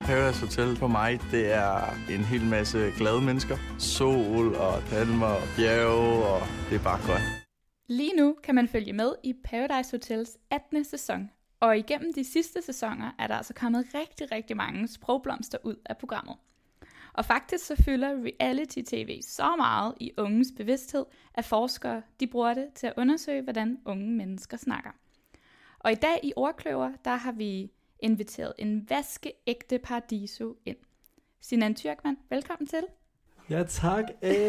Paradise Hotel for mig, det er en hel masse glade mennesker. Sol og palmer og bjerge, og det er bare godt. Lige nu kan man følge med i Paradise Hotels 18. sæson. Og igennem de sidste sæsoner er der altså kommet rigtig, rigtig mange sprogblomster ud af programmet. Og faktisk så fylder reality-tv så meget i unges bevidsthed, at forskere de bruger det til at undersøge, hvordan unge mennesker snakker. Og i dag i Ordkløver, der har vi inviteret en vaskeægte Paradiso ind. Sinan Tyrkman, velkommen til. Ja, tak.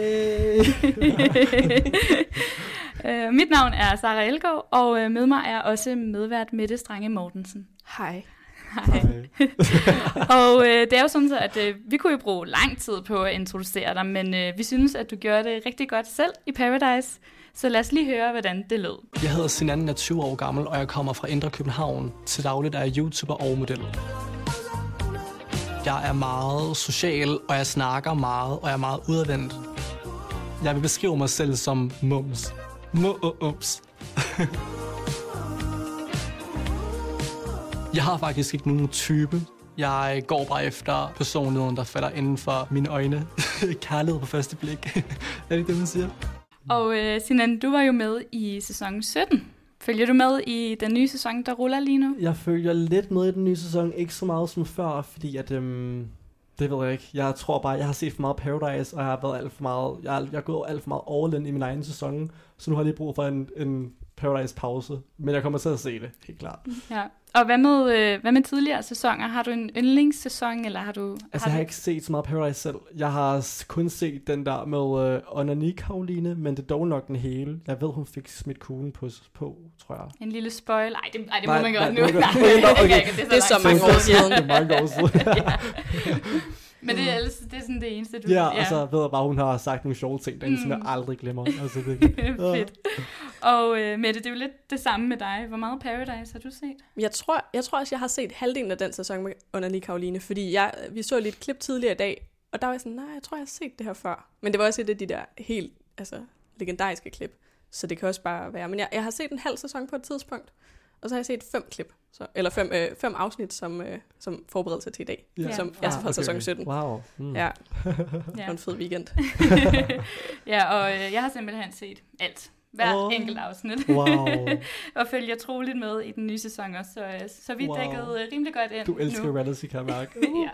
Mit navn er Sara Elgaard, og med mig er også medvært Mette Strange Mortensen. Hej. Hej. Og det er jo sådan, at vi kunne jo bruge lang tid på at introducere dig, men vi synes, at du gjorde det rigtig godt selv i Paradise. Så lad os lige høre, hvordan det lød. Jeg hedder Sinan, er 20 år gammel, og jeg kommer fra Indre København. Til dagligt er jeg YouTuber og model. Jeg er meget social, og jeg snakker meget, og jeg er meget udadvendt. Jeg vil beskrive mig selv som mums. Mums. Jeg har faktisk ikke nogen type. Jeg går bare efter personligheden, der falder inden for mine øjne. Kærlighed på første blik. Er det ikke det, man siger? Og Sinan, du var jo med i sæson 17. Følger du med i den nye sæson, der ruller lige nu? Jeg følger lidt med i den nye sæson, ikke så meget som før, fordi at, det ved jeg ikke. Jeg tror bare, jeg har set for meget Paradise, og jeg har været alt for meget, jeg er gået alt for meget all in i min egen sæson, så nu har jeg lige brug for en Paradise-pause. Men jeg kommer til at se det, helt klart. Ja. Og hvad med tidligere sæsoner? Har du en yndlingssæson, eller har du... Altså, jeg har ikke set så meget Paradise selv. Jeg har kun set den der med Onani Karoline, men det er dog nok den hele. Jeg ved, hun fik smidt kuglen på, tror jeg. En lille spoil? Ej, det må man godt nu. Okay. Det er så mange år siden. Det er mange år siden. Ja. Men det er sådan det eneste, du... Ja, og så ved jeg bare, hun har sagt nogle sjove ting, som jeg aldrig glemmer. Altså, det fedt. Og Mette, det er jo lidt det samme med dig. Hvor meget Paradise har du set? Jeg tror også, jeg har set halvdelen af den sæson med Onani Karoline, fordi vi så lidt klip tidligere i dag, og der var jeg sådan, nej, jeg tror, jeg har set det her før. Men det var også et af de der helt legendariske klip, så det kan også bare være. Men jeg har set en halv sæson på et tidspunkt, og så har jeg set 5 klip, eller 5 afsnit som forberedelse til i dag, som jeg fra sæson 17. Wow. Ja, det var en fed weekend. Ja, og jeg har simpelthen set alt. Hvert enkelt afsnit. Wow. Og følger troligt med i den nye sæson også, så vi dækket rimelig godt ind. Du elsker reality, kan jeg mærke. Ja.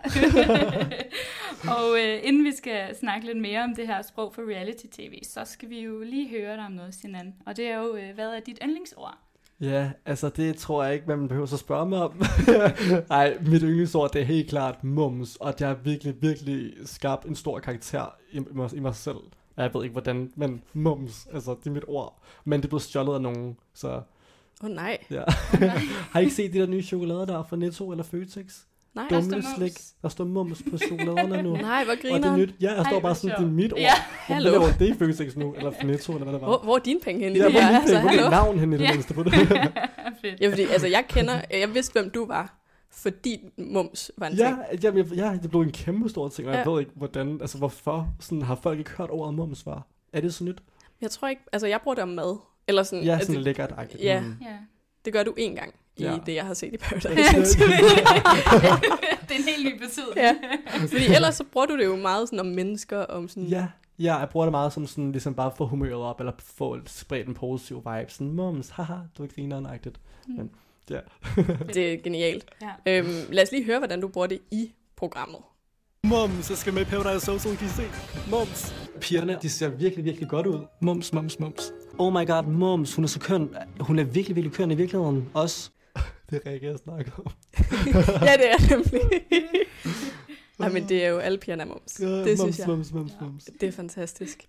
Og inden vi skal snakke lidt mere om det her sprog for reality-tv, så skal vi jo lige høre dig om noget, Sinan. Og det er jo, hvad er dit yndlingsord? Ja, altså det tror jeg ikke, man behøver at spørge mig om. Nej, mit yndlingsord, det er helt klart mums, og det har virkelig, virkelig skabt en stor karakter i mig selv. Jeg ved ikke hvordan, men mums, altså det er mit ord. Men det blev stjålet af nogen, så... Nej. Ja. Har I ikke set de der nye chokolader der fra Netto eller Føtex? Nej. Dumle slik. Der står mums på chokoladerne nu. Nej, hvor griner. Og det er nyt. Ja, jeg står bare sådan, det er mit ord. Ja. Hallo. Hvad laver det i Føtex nu? Eller Netto, eller hvad det var? Hvor er dine penge henne? Ja, hvor er dine penge? Hvor er hallo? dit navn henne i det mindste på det? Fedt. Ja, fordi jeg vidste, hvem du var, fordi mums var en ting. Ja, det blev en kæmpe stor ting, og jeg ved ikke, hvordan, altså hvorfor sådan, har folk ikke hørt ordet mums før? Er det så nyt? Jeg tror ikke, altså jeg bruger det om mad. Eller sådan, Ja, sådan lækkert-agtigt. Ja, Ja. det gør du én gang i det, jeg har set i Paradise. Det er en helt ny betydning. Ja, fordi ellers så bruger du det jo meget sådan om mennesker, om sådan... Ja, jeg bruger det meget som sådan, ligesom bare få humøret op, eller få spredt en positiv vibe. Sådan, mums, haha, du er grineren-agtigt. Men, ja. Det er genialt. Ja. Lad os lige høre, hvordan du bruger det i programmet. Mums, jeg skal med i Paradise Social, kan I se? Mums. Pigerne, de ser virkelig, virkelig godt ud. Mums, mums, mums. Oh my god, mums, hun er så køn. Hun er virkelig, virkelig køn i virkeligheden. Også. Det er Rikke, jeg snakker om. Ja, det er nemlig. Ej, men det er jo alle pigerne mums. Ja, det synes jeg. Mums. Det er fantastisk.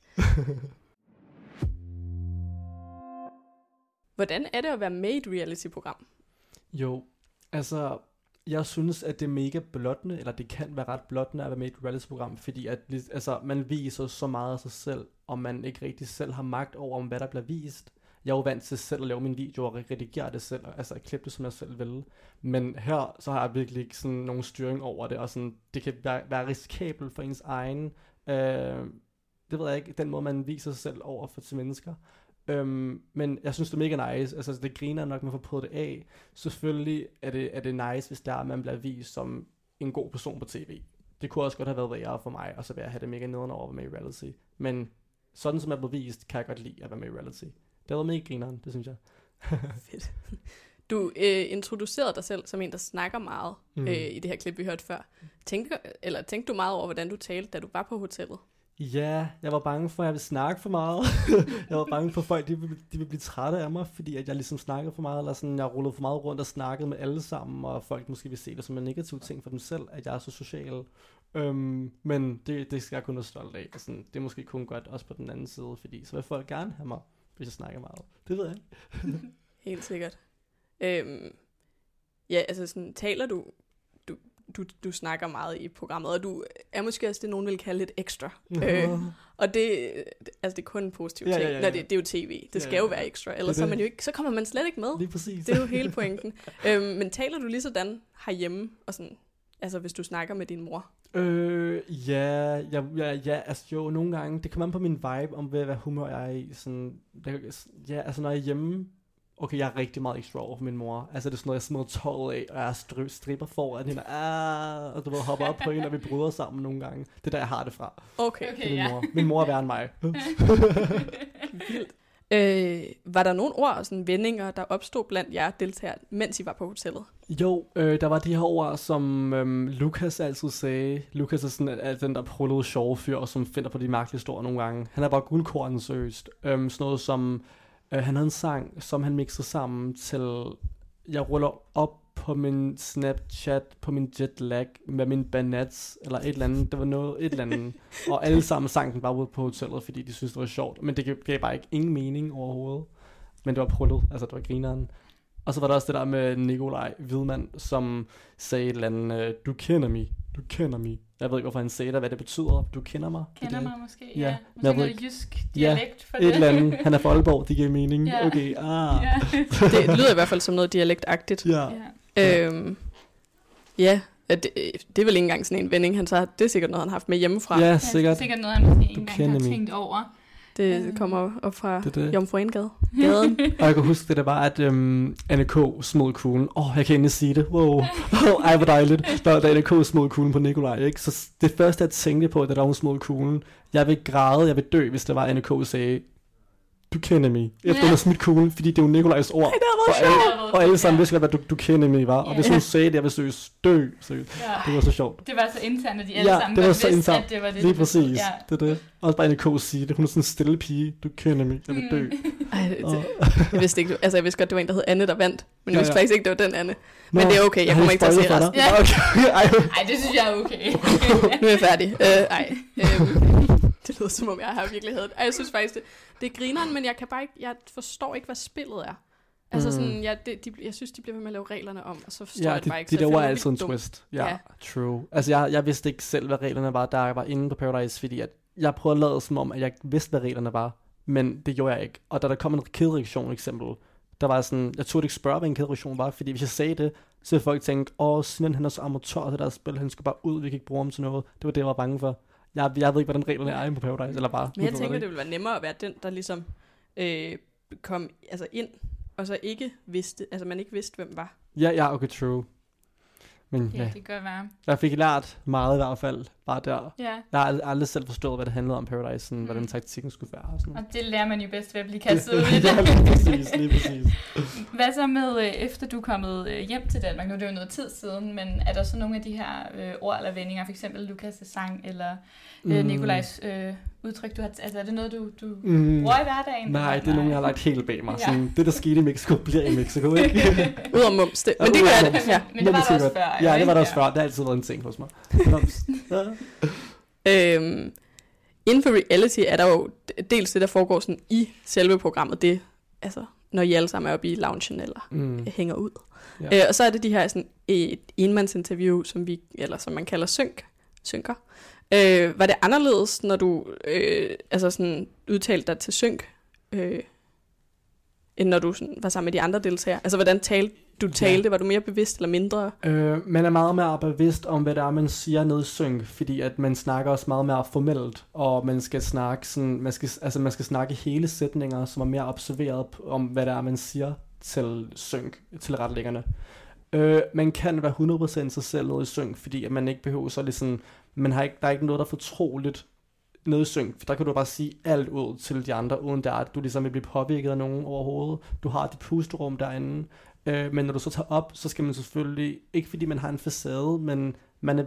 Hvordan er det at være med i et reality-program? Jo, altså, jeg synes, at det er mega blottende, eller det kan være ret blottende at være med i et reality-program, fordi at, altså, man viser så meget af sig selv, og man ikke rigtig selv har magt over, hvad der bliver vist. Jeg er jo vant til selv at lave mine videoer og redigere det selv, altså at klippe det, som jeg selv vil. Men her, så har jeg virkelig ikke sådan nogen styring over det, og sådan, det kan være risikabelt for ens egen, det ved jeg ikke, den måde, man viser sig selv over for til mennesker. Men jeg synes, det er mega nice. Altså, det griner nok, man får prøvet det af. Selvfølgelig er det nice, hvis der man bliver vist som en god person på tv. Det kunne også godt have været værre for mig, og så vil jeg have det mega nederen over at være med i reality. Men sådan som jeg blev vist, kan jeg godt lide at være med i reality. Det har været mega grineren, det synes jeg. Fedt. Du introducerede dig selv som en, der snakker meget i det her klip, vi hørte før. Tænkte du meget over, hvordan du talte, da du var på hotellet? Ja, jeg var bange for, at jeg ville snakke for meget. Jeg var bange for, at folk de ville blive trætte af mig, fordi at jeg ligesom snakkede for meget, eller sådan, jeg rullede for meget rundt og snakkede med alle sammen, og folk måske ville se det som en negativ ting for dem selv, at jeg er så social. Men det skal jeg kun være stolt af. Altså, det er måske kun godt også på den anden side, fordi så vil folk gerne have mig, hvis jeg snakker meget. Det ved jeg ikke. Helt sikkert. Ja, altså sådan, taler du snakker meget i programmet, og du er måske også det, nogen vil kalde lidt ekstra. Og det er kun en positiv ting. Ja. Det er jo tv. Det skal jo være ekstra, ellers så, man jo ikke, så kommer man slet ikke med. Lige præcis. Det er jo hele pointen. Men taler du lige sådan herhjemme, og sådan, altså hvis du snakker med din mor? Ja, altså jo, nogle gange, det kommer an på min vibe, om hvad humør jeg er i. Sådan, altså når jeg er hjemme, okay, jeg er rigtig meget ekstra over for min mor. Altså det er sådan noget, jeg smider tøjet af, og jeg stripper foran hende, og du ved, hopper op på hende, og vi bryder sammen nogle gange. Det er der, jeg har det fra. Okay, min mor. Min mor er værre end mig. Vildt. Var der nogle ord og sådan vendinger, der opstod blandt jer deltagere, mens I var på hotellet? Jo, der var de her ord, som Lukas altid sagde. Lukas er sådan den der prullede sjove fyr, som finder på de mærkelige historier nogle gange. Han er bare guldkorn seriøst. Sådan noget som, han havde en sang, som han mixede sammen til, jeg ruller op på min Snapchat, på min jetlag, med min banats, eller et eller andet. Det var noget, et eller andet. Og alle sammen sang den bare ude på hotellet, fordi de synes det var sjovt. Men det gav bare ikke ingen mening overhovedet. Men det var prullet, altså det var grineren. Og så var der også det der med Nikolaj Hvidmann, som sagde et eller andet, du kender mig. Jeg ved ikke, hvorfor han sagde det, hvad det betyder. Du kender mig. Kender mig måske, ja. Ja. Måske noget jysk dialekt for det. Et eller andet. Han er fra Aalborg, det giver mening. Ja. Okay, Ja. Det lyder i hvert fald som noget dialektagtigt. Ja. Det er vel ikke engang sådan en vending, han så det er sikkert noget, han har haft med hjemmefra. Ja, sikkert. Det er sikkert noget, han måske ikke engang har tænkt over. Det kommer op fra det. Jomfru Ane Gaden. Og jeg kan huske det, der var, at Anne K. smed kuglen. Jeg kan endelig sige det. Wow. Ej, hvor dejligt. Da Anne K. smed kuglen på Nikolaj, ikke? Så det første, jeg tænkte på, da hun smed kuglen, jeg vil græde, jeg vil dø, hvis det var Anne K. sagde, du kender mig. Efter hun har smidt kuglen, fordi det er jo Nikolajs ord. Og alle sammen vidste godt, at du kender mig, var. Og hvis hun sagde det, jeg vil dø. Det var så sjovt. Det var så internt, at de alle sammen det var så vidste, internt. at det var det. Lige præcis. Det er det. Også bare Anne K. sige det. Hun er sådan en stille pige. Du kender mig. Jeg vil dø. Jeg vidste ikke, jeg vidste godt, det var en, der hed Anne, der vandt. Men jeg vidste faktisk ikke, det var den Anne. Men det er okay, jeg kommer ikke til at se resten. Ej, det synes jeg er okay. Nu er jeg færdig. Det lyder som om, jeg har virkelig hadet. Jeg synes faktisk, det er grineren, men jeg forstår ikke, hvad spillet er. Altså sådan, jeg synes, de bliver ved med at lave reglerne om, og så forstår jeg det bare ikke. Det der var altid en twist. Ja, true. Altså, jeg vidste ikke selv, hvad reglerne var, da jeg var inde på Paradise, fordi at jeg prøvede at lade som om, at jeg vidste, hvad reglerne var, men det gjorde jeg ikke. Og da der kom en kædereaktion eksempel, der var sådan, jeg turde ikke spørge, hvad en kædereaktion var, fordi hvis jeg sagde det, så ville folk tænke, Sinan, han er så amatør til deres spil, han skal bare ud, vi kan ikke bruge ham til noget. Det var det, jeg var bange for. Jeg ved ikke, hvordan reglerne er inde på Paradise, eller bare. Men jeg tænker, det ville være nemmere at være den, der ligesom kom ind, og så ikke vidste, altså man ikke vidste, hvem var. Ja, okay, true. Men det kan godt være. Jeg fik lært meget i hvert fald, bare der. Ja. Jeg har aldrig selv forstået, hvad det handlede om Paradise, sådan, hvordan taktikken skulle være. Og, sådan. Og det lærer man jo bedst ved at blive kastet ud i det. Lige præcis. Hvad så med, efter du er kommet hjem til Danmark, nu er det jo noget tid siden, men er der så nogle af de her ord eller vendinger, for eksempel Lukas' sang, eller Nikolajs udtryk, du har, altså er det noget, du bruger i hverdagen? Nej, det er nogen, jeg har lagt helt bag mig. Sådan, det, der skete i Mexico, bliver i Mexico, ikke? Udover mums, det. Men det gør det. Ja. Men det var der også før. Ja, det var der også før. Det har altid været en ting hos mig. Inden for reality er der jo dels det, der foregår sådan i selve programmet, det altså, når I alle sammen er oppe i loungen eller hænger ud. Ja. Og så er det de her sådan, et enmandsinterview, som man kalder synker. Var det anderledes, når du altså sådan, udtalte dig til synk, end når du sådan, var sammen med de andre deltagere? Altså, hvordan talte? Var du mere bevidst eller mindre? Man er meget mere bevidst om, hvad det er, man siger nede i synk, fordi at man snakker også meget mere formelt, og man skal snakke sådan, man skal snakke hele sætninger, som er mere observeret om, hvad det er, man siger til synk, til retlæggerne. Man kan være 100% sig selv nede i synk, fordi at man ikke behøver så ligesom, der er ikke noget, der er fortroligt nede i synk, for der kan du bare sige alt ud til de andre, uden der at du ligesom vil blive påvirket af nogen overhovedet. Du har dit pusterum derinde, men når du så tager op, så skal man selvfølgelig, ikke fordi man har en facade, men man er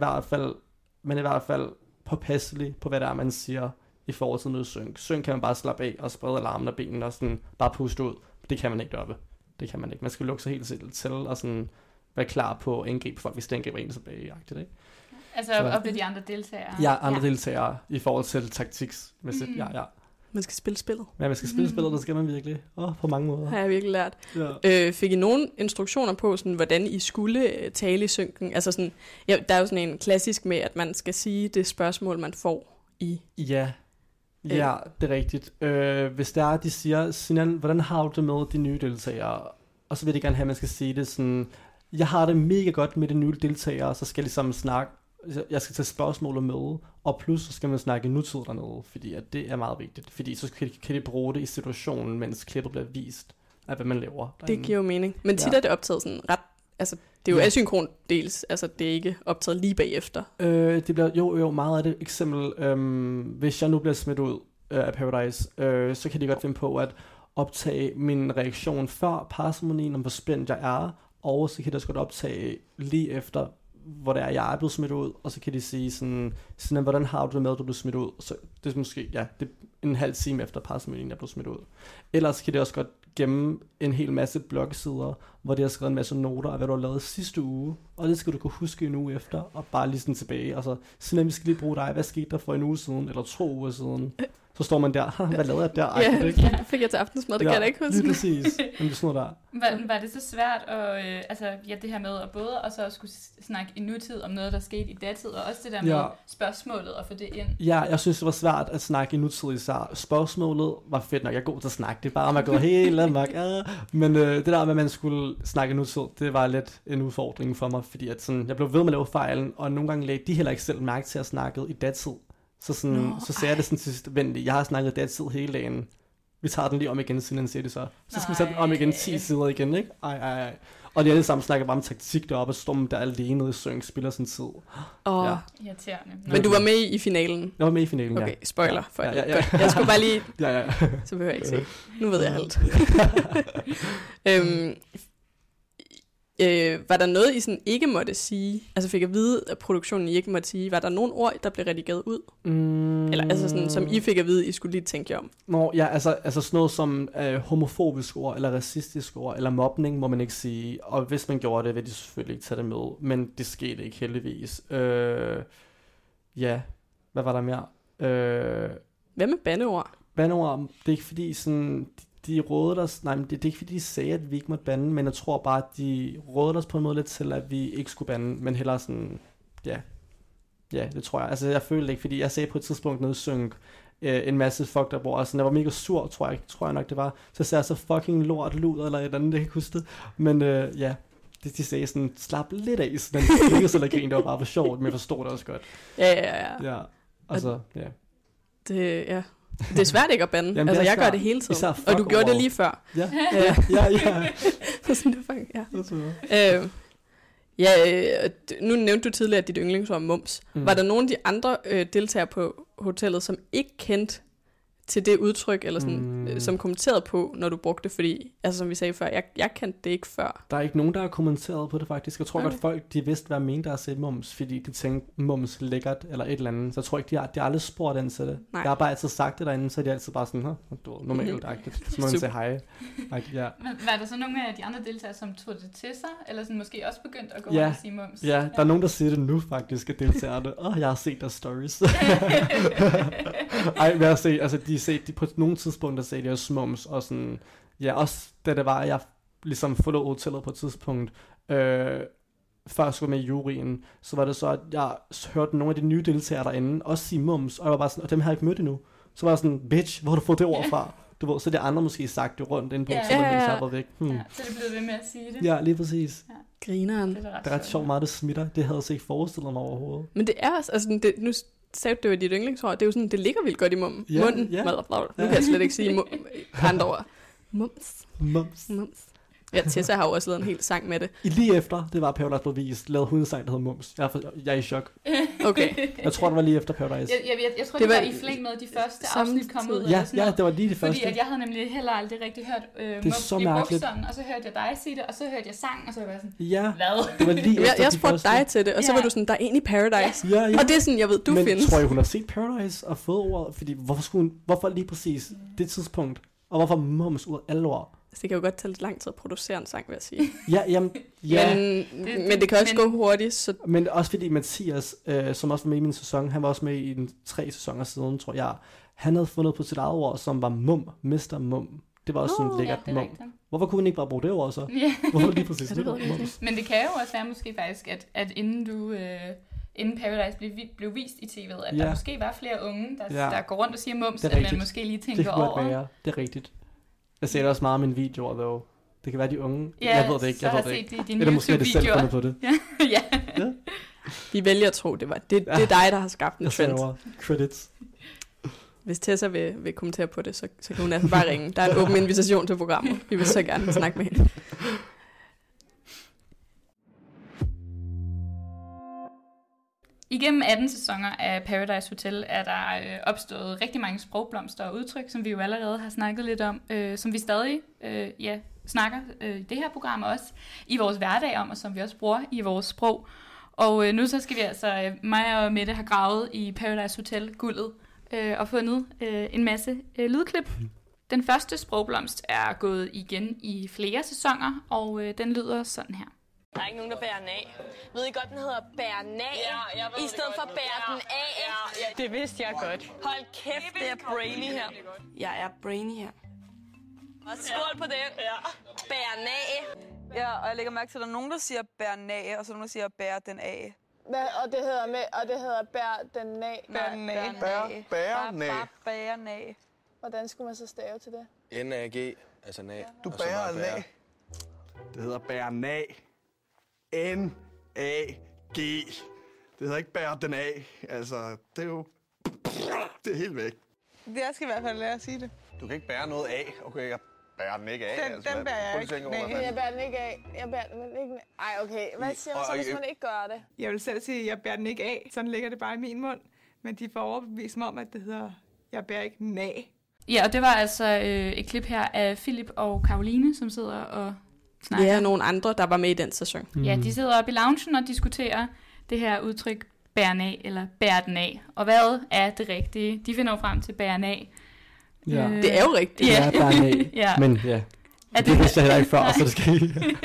i hvert fald påpasselig på, hvad det er, man siger i forhold til noget synk. Synk kan man bare slappe af og sprede alarmen af benene og sådan bare puste ud. Det kan man ikke deroppe. Det kan man ikke. Man skal lukke sig helt til og sådan være klar på at angribe folk, hvis det angriber en tilbage-agtigt, ikke? Altså op ved de andre deltagere? Ja, andre deltagere i forhold til taktiksmæssigt, ja. Man skal spille spillet. Ja, man skal spille spillet, det skal man virkelig. På mange måder. Har jeg virkelig lært. Ja. Fik I nogen instruktioner på, sådan, hvordan I skulle tale i synken? Altså sådan, ja, der er jo sådan en klassisk med, at man skal sige det spørgsmål, man får i... Ja, det er rigtigt. Hvis der er, de siger, Sinan, hvordan har du det med de nye deltagere? Og så vil de gerne have, at man skal sige det sådan, jeg har det mega godt med de nye deltagere, så skal de sammen snakke, jeg skal tage spørgsmål med, og plus så skal man snakke i nutid dernede, fordi at det er meget vigtigt, fordi så kan de bruge det i situationen, mens klippet bliver vist af, hvad man laver derinde. Det giver jo mening. Men tit er det optaget sådan ret, altså det er jo asynkron dels, altså det er ikke optaget lige bagefter. Det bliver jo meget af det. Eksempel, hvis jeg nu bliver smidt ud af Paradise, så kan de godt finde på at optage min reaktion før parceremonien, om hvor spændt jeg er, og så kan de også godt optage lige efter, hvor det er, jeg er blevet smidt ud, og så kan de sige sådan hvordan har du det med, at du blev smidt ud? Så det er måske, det er en halv time efter parceremonien, jeg blev smidt ud. Ellers kan de også godt gemme en hel masse blogsider, hvor de har skrevet en masse noter af, hvad du har lavet sidste uge, og det skal du kunne huske en uge efter, og bare lige sådan tilbage, og så sådan, vi skal lige bruge dig, hvad skete der for en uge siden, eller 2 uger siden? Så står man der, hvad lavede jeg der? Ja, det fik jeg til aftensmad, det kan jeg da ikke huske. Lige præcis, men det er sådan der. Var det så svært at, det her med at både og så at skulle snakke i nutid om noget, der skete i datid, og også det der med spørgsmålet og få det ind? Ja, jeg synes, det var svært at snakke i nutid især. Spørgsmålet var fedt nok, jeg er god til at snakke, det er bare, om jeg går helt amok. Men det der med, at man skulle snakke i nutid, det var lidt en udfordring for mig, fordi at sådan, jeg blev ved med at lave fejlen, og nogle gange lagde de heller ikke selv mærke til at snakke i datid. Så sagde jeg det sådan til sidst, vent, jeg har snakket datid hele dagen. Vi tager den lige om igen, siden siger det så. Så skal vi tage den om igen 10 sider igen, ikke? Ej. Og de alle sammen snakker bare om taktik deroppe, og står der alene i synk, spiller sådan tid. Irriterende. Men du var med i finalen? Jeg var med i finalen, okay, spoiler for ja. Godt. Jeg skulle bare lige... ja. Så behøver jeg ikke se. Nu ved jeg alt. Var der noget, I sådan ikke måtte sige? Altså fik jeg at vide, at produktionen I ikke måtte sige. Var der nogle ord, der blev redigeret ud? Eller altså sådan, som I fik at vide, I skulle lige tænke jer om? Nå, ja, altså sådan noget som homofobisk ord, eller racistisk ord, eller mobning, må man ikke sige. Og hvis man gjorde det, vil de selvfølgelig ikke tage det med. Men det skete ikke heldigvis. Ja, hvad var der mere? Hvad med bandeord? Bandeord, det er ikke fordi sådan... De rådede os, nej, men det er ikke fordi de sagde, at vi ikke måtte bande, men jeg tror bare, at de rådede os på en måde lidt til, at vi ikke skulle bande, men hellere sådan, ja, det tror jeg. Altså jeg følte ikke, fordi jeg sagde på et tidspunkt nede i synk, en masse fucked up ord, og sådan, jeg var mega sur, tror jeg nok det var, så sagde jeg så fucking lort, luder, eller et eller andet, det kan ikke huske det, men ja, de sagde sådan, slap lidt af, sådan, den ikke så der grin, det var bare for sjovt, men jeg forstod det også godt. Ja, og så, ja. Det er svært ikke at bande. Jamen, altså, jeg gør det hele tiden. Og du gjorde det lige før. Ja. Sådan det nu nævnte du tidligere, at dit yndlingsord var mums. Var der nogen af de andre deltagere på hotellet, som ikke kendte til det udtryk, eller sådan, som kommenterede på, når du brugte det? Fordi, altså som vi sagde før, jeg kendte det ikke før. Der er ikke nogen, der har kommenteret på det faktisk. Jeg tror godt, folk de vidste, hvad jeg mente, der at sige mums, fordi de tænkte mums lækkert, eller et eller andet. Så jeg tror ikke, de har aldrig spurgt ind til det. Nej. Jeg har bare altid sagt det derinde, så er de altid bare sådan, du er normalt-agtigt. Så må man sige hej. Ja. Var der så nogle af de andre deltagere, som tog det til sig, eller sådan måske også begyndt at gå rundt og sige mums? Ja, der er nogen, der siger det nu faktisk, at deltagerne. Jeg har set deres stories. Ej, hvad jeg set, altså de på nogle tidspunkter sagde de også mums, og sådan, ja, også da det var, jeg ligesom forlod hotellet på et tidspunkt, før jeg skulle med i juryen, så var det så, at jeg hørte nogle af de nye deltagere derinde også sige mums, og jeg var bare sådan, og dem har jeg ikke mødt endnu. Så var jeg sådan, bitch, hvor har du fået det ord fra? Du ved, så det andre måske sagt det rundt inde på, så man ville slappe væk. Ja, så det blev ved med at sige det. Ja, lige præcis. Ja. Grineren. Det er ret sjovt meget, det smitter. Det havde jeg ikke forestillet mig overhovedet. Men det er også, altså nu sagde du, det var dit yndlingsord, det er jo sådan, det ligger vildt godt i munden. Nu kan jeg slet ikke sige andre ord. Mums. Ja, Tessa har jo også lavet en hel sang med det. Lige efter, det var Paradise blev vist, lavede hun en sang, der hed Mums. Jeg er i chok. Okay. Jeg tror, det var lige efter Paradise. Jeg tror, det var i flæng med de første afsnit kom ud. Ja, det var lige det første. Fordi at jeg havde nemlig heller aldrig rigtig hørt Mums blive brugt sådan, og så hørte jeg dig sige det, og så hørte jeg sang, og så var jeg sådan, hvad? Det var lige efter jeg spurgte dig til det, og så var du sådan, der er en i Paradise. Ja. Og det er sådan, jeg ved, du men findes. Men tror jeg, hun har set Paradise og fået ordet? Fordi hvorfor lige præcis det tidspunkt? Og hvorfor Mums ud af alle ord? Det kan jo godt tage lidt lang tid at producere en sang, vil jeg sige. Ja. Men det kan også gå hurtigt. Så... Men også fordi Mathias, som også var med i min sæson, han var også med i den 3 sæsoner siden, tror jeg. Han havde fundet på sit eget ord, som var Mr. Mum. Det var også sådan lækkert Mum. Hvorfor kunne han ikke bare bruge det ord så? Ja. Hvorfor lige præcis det? Men det kan jo også være måske faktisk, at inden Paradise blev vist i tv'et, at der måske var flere unge, der går rundt og siger mums, end man måske lige tænker over. Det er rigtigt. Jeg ser det også meget om mine videoer, dog. Det kan være de unge. Ja, jeg ved det ikke. Jeg har set det i dine eller måske er det selv fundet på det. Ja. Vi vælger at tro, det er dig, der har skabt en trend. Credits. Hvis Tessa vil kommentere på det, så kan hun altså bare ringe. Der er en åben invitation til programmet. Vi vil så gerne snakke med hende. Igennem 18 sæsoner af Paradise Hotel er der opstået rigtig mange sprogblomster og udtryk, som vi jo allerede har snakket lidt om, som vi stadig snakker i det her program også i vores hverdag om, og som vi også bruger i vores sprog. Og nu så skal vi altså, mig og Mette har gravet i Paradise Hotel guldet og fundet en masse lydklip. Den første sprogblomst er gået igen i flere sæsoner, og den lyder sådan her. Der er ikke nogen, der bærer den af. Ved I godt, den hedder bærer den af? Ja, i stedet for bærer den af? Ja, det vidste jeg godt. Hold kæft, det er brainy her. Jeg er brainy her. Og skål på den. Ja. Bærer den af. Ja, og jeg lægger mærke til, at der er nogen, der siger bærer den af, og så er nogen, der siger bærer den af. Og det hedder bær den af. Bærer den af. Bærer den af. Hvordan skulle man så stave til det? N-A-G, altså nag. Du bærer den af. Det hedder bærer den af. N-A-G. Det hedder ikke bære den af. Altså, det er jo... Det er helt væk. Jeg skal i hvert fald lære at sige det. Du kan ikke bære noget af. Okay, jeg bærer den ikke af. Den bærer jeg ikke. Jeg bærer den ikke af. Jeg bærer den ikke af. Ej, okay. Hvad siger man så, hvis man ikke gør det? Jeg vil selv sige, at jeg bærer den ikke af. Sådan ligger det bare i min mund. Men de får overbevist mig om, at det hedder, jeg bærer ikke den af. Ja, og det var altså et klip her af Philip og Caroline, som sidder og snakker. Ja, nogle andre, der var med i den sæson. Ja, de sidder oppe i loungen og diskuterer det her udtryk bæren af, eller bære den af. Og hvad er det rigtige? De finder jo frem til bæren af. Ja. Det er jo rigtigt. Ja, bæren af. Ja. Men ja, det vidste jeg heller ikke før, så det skal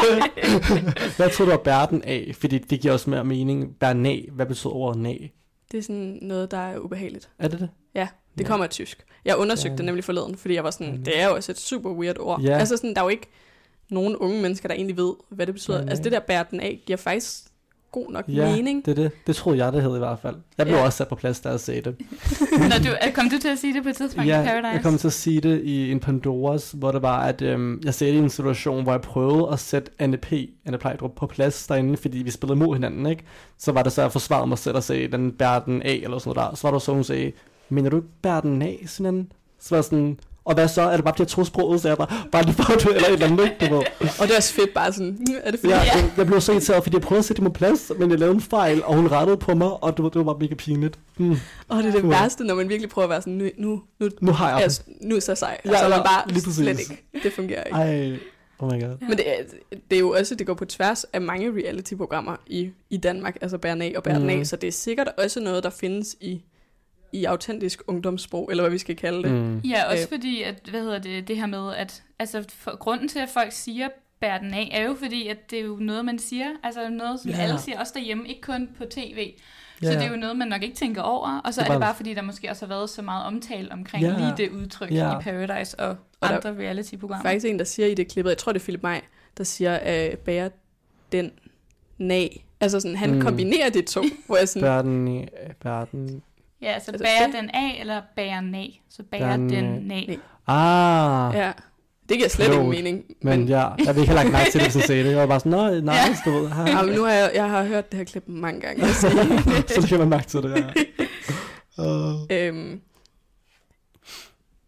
jeg tror, du var bære den af, fordi det giver også mere mening. Bæren af, hvad betyder ordet af? Det er sådan noget, der er ubehageligt. Er det? Ja, det kommer af tysk. Jeg undersøgte det nemlig forleden, fordi jeg var sådan, det er jo også et super weird ord. Ja. Altså sådan, der er jo ikke nogen unge mennesker, der egentlig ved, hvad det betyder. Altså det der bære den af, giver faktisk god nok mening. Det troede jeg, det hed i hvert fald. Jeg blev også sat på plads, da jeg sagde det. Kom du til at sige det på et tidspunkt i Paradise? Jeg kom til at sige det i en Pandoras, hvor det var, at jeg sagde det i en situation, hvor jeg prøvede at sætte Anne Plejdrup på plads derinde, fordi vi spillede mod hinanden, ikke? Så var det så, at jeg forsvarede mig selv og sagde, den bærer den af, eller sådan noget der. Så var der så, hun sagde, mener du ikke bærer den af, sådan? Så var sådan... Og hvad så? Er det bare bliver tosproget, så jeg bare lige for du eller et eller andet, du ved. Og det er også fedt bare sådan, er det fedt? Ja, jeg blev så irriteret, fordi jeg prøvede at sætte dem på plads, men jeg lavede en fejl, og hun rettede på mig, og det var bare mega pinligt. Og det er det værste, når man virkelig prøver at være sådan, nu har jeg altså, nu er så sej. Ja, og så er man bare slet ikke. Det fungerer ikke. Ej, oh my god. Men det er jo også, det går på tværs af mange reality-programmer i Danmark, altså bæren af og bæren af, så det er sikkert også noget, der findes i autentisk ungdomssprog, eller hvad vi skal kalde det. Ja, også fordi, at, det her med, at altså, grunden til, at folk siger, bære den af, er jo fordi, at det er jo noget, man siger, altså noget, som alle siger, også derhjemme, ikke kun på tv. Så det er jo noget, man nok ikke tænker over, og så er det bare fordi, der måske også har været så meget omtale omkring lige det udtryk i Paradise og andre reality-programmer. Faktisk en, der siger i det klippet, jeg tror det er Philip Maj, der siger, bære den nag. Altså sådan, han kombinerer det to, hvor jeg sådan... Bære den... Ja, altså bære den af, eller bære den af. Så bære den af. Ja, det giver slet ikke mening. Men jeg vil ikke have lagt mærke til det, som sagde det. Jeg var bare sådan, nej, du ved. Ja, men nu har jeg har hørt det her klip mange gange. Så det kan man mærke til det,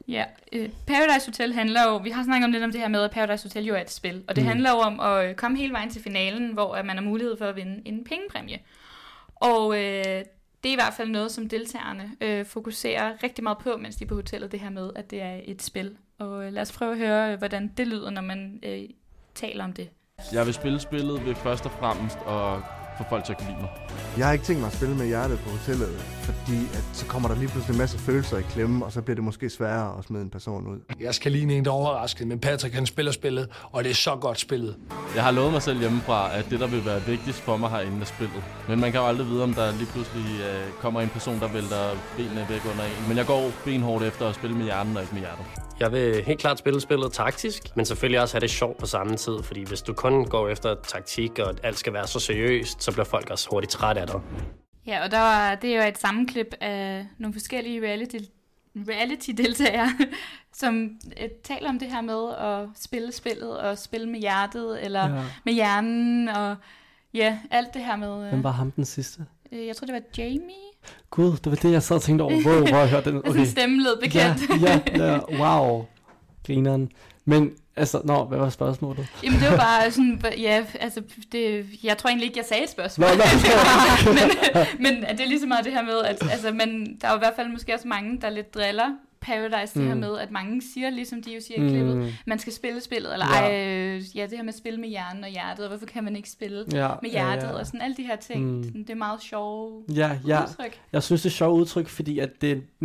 Ja, Paradise Hotel handler jo, vi har snakket om lidt om det her med, at Paradise Hotel jo er et spil, og det handler jo om at komme hele vejen til finalen, hvor man har mulighed for at vinde en pengepræmie. Og det er i hvert fald noget, som deltagerne fokuserer rigtig meget på, mens de er på hotellet, det her med, at det er et spil. Og lad os prøve at høre, hvordan det lyder, når man taler om det. Jeg vil spille spillet ved først og fremmest at få folk til at kunne lide mig. Jeg har ikke tænkt mig at spille med hjertet på hotellet, fordi at så kommer der lige pludselig en masse følelser i klemme, og så bliver det måske sværere at smide en person ud. Jeg skal ligne en, der er overrasket, men Patrick han spiller spillet, og det er så godt spillet. Jeg har lovet mig selv hjemmefra, at det der vil være vigtigst for mig herinde er spillet. Men man kan jo aldrig vide, om der lige pludselig kommer en person, der vælter benene væk under en. Men jeg går benhårdt efter at spille med hjernen og ikke med hjertet. Jeg vil helt klart spille spillet taktisk, men selvfølgelig også have det sjovt på samme tid, fordi hvis du kun går efter taktik, og alt skal være så seriøst, så bliver folk også hurtigt træt af dig. Ja, og det er jo et sammenklip af nogle forskellige reality-deltagere, som taler om det her med at spille spillet og spille med hjertet, eller med hjernen, og ja, alt det her med... Hvem var ham den sidste? Jeg tror, det var Jamie. Gud, det var det, jeg sad og tænkte over. Hvor jeg hørte den. Okay. Sådan stemme lød bekendt. Ja, wow. Grineren. Men, altså, hvad var spørgsmålet? Jamen, det var bare sådan, ja, altså, jeg tror egentlig ikke, jeg sagde et spørgsmål. Men det er lige så meget det her med, at altså, der er jo i hvert fald måske også mange, der lidt driller Paradise, det her med, at mange siger, ligesom de jo siger i klippet, man skal spille spillet, eller det her med at spille med hjernen og hjertet, og hvorfor kan man ikke spille med hjertet, og sådan alle de her ting, det er meget sjove udtryk. Jeg synes, det er sjovt udtryk, fordi at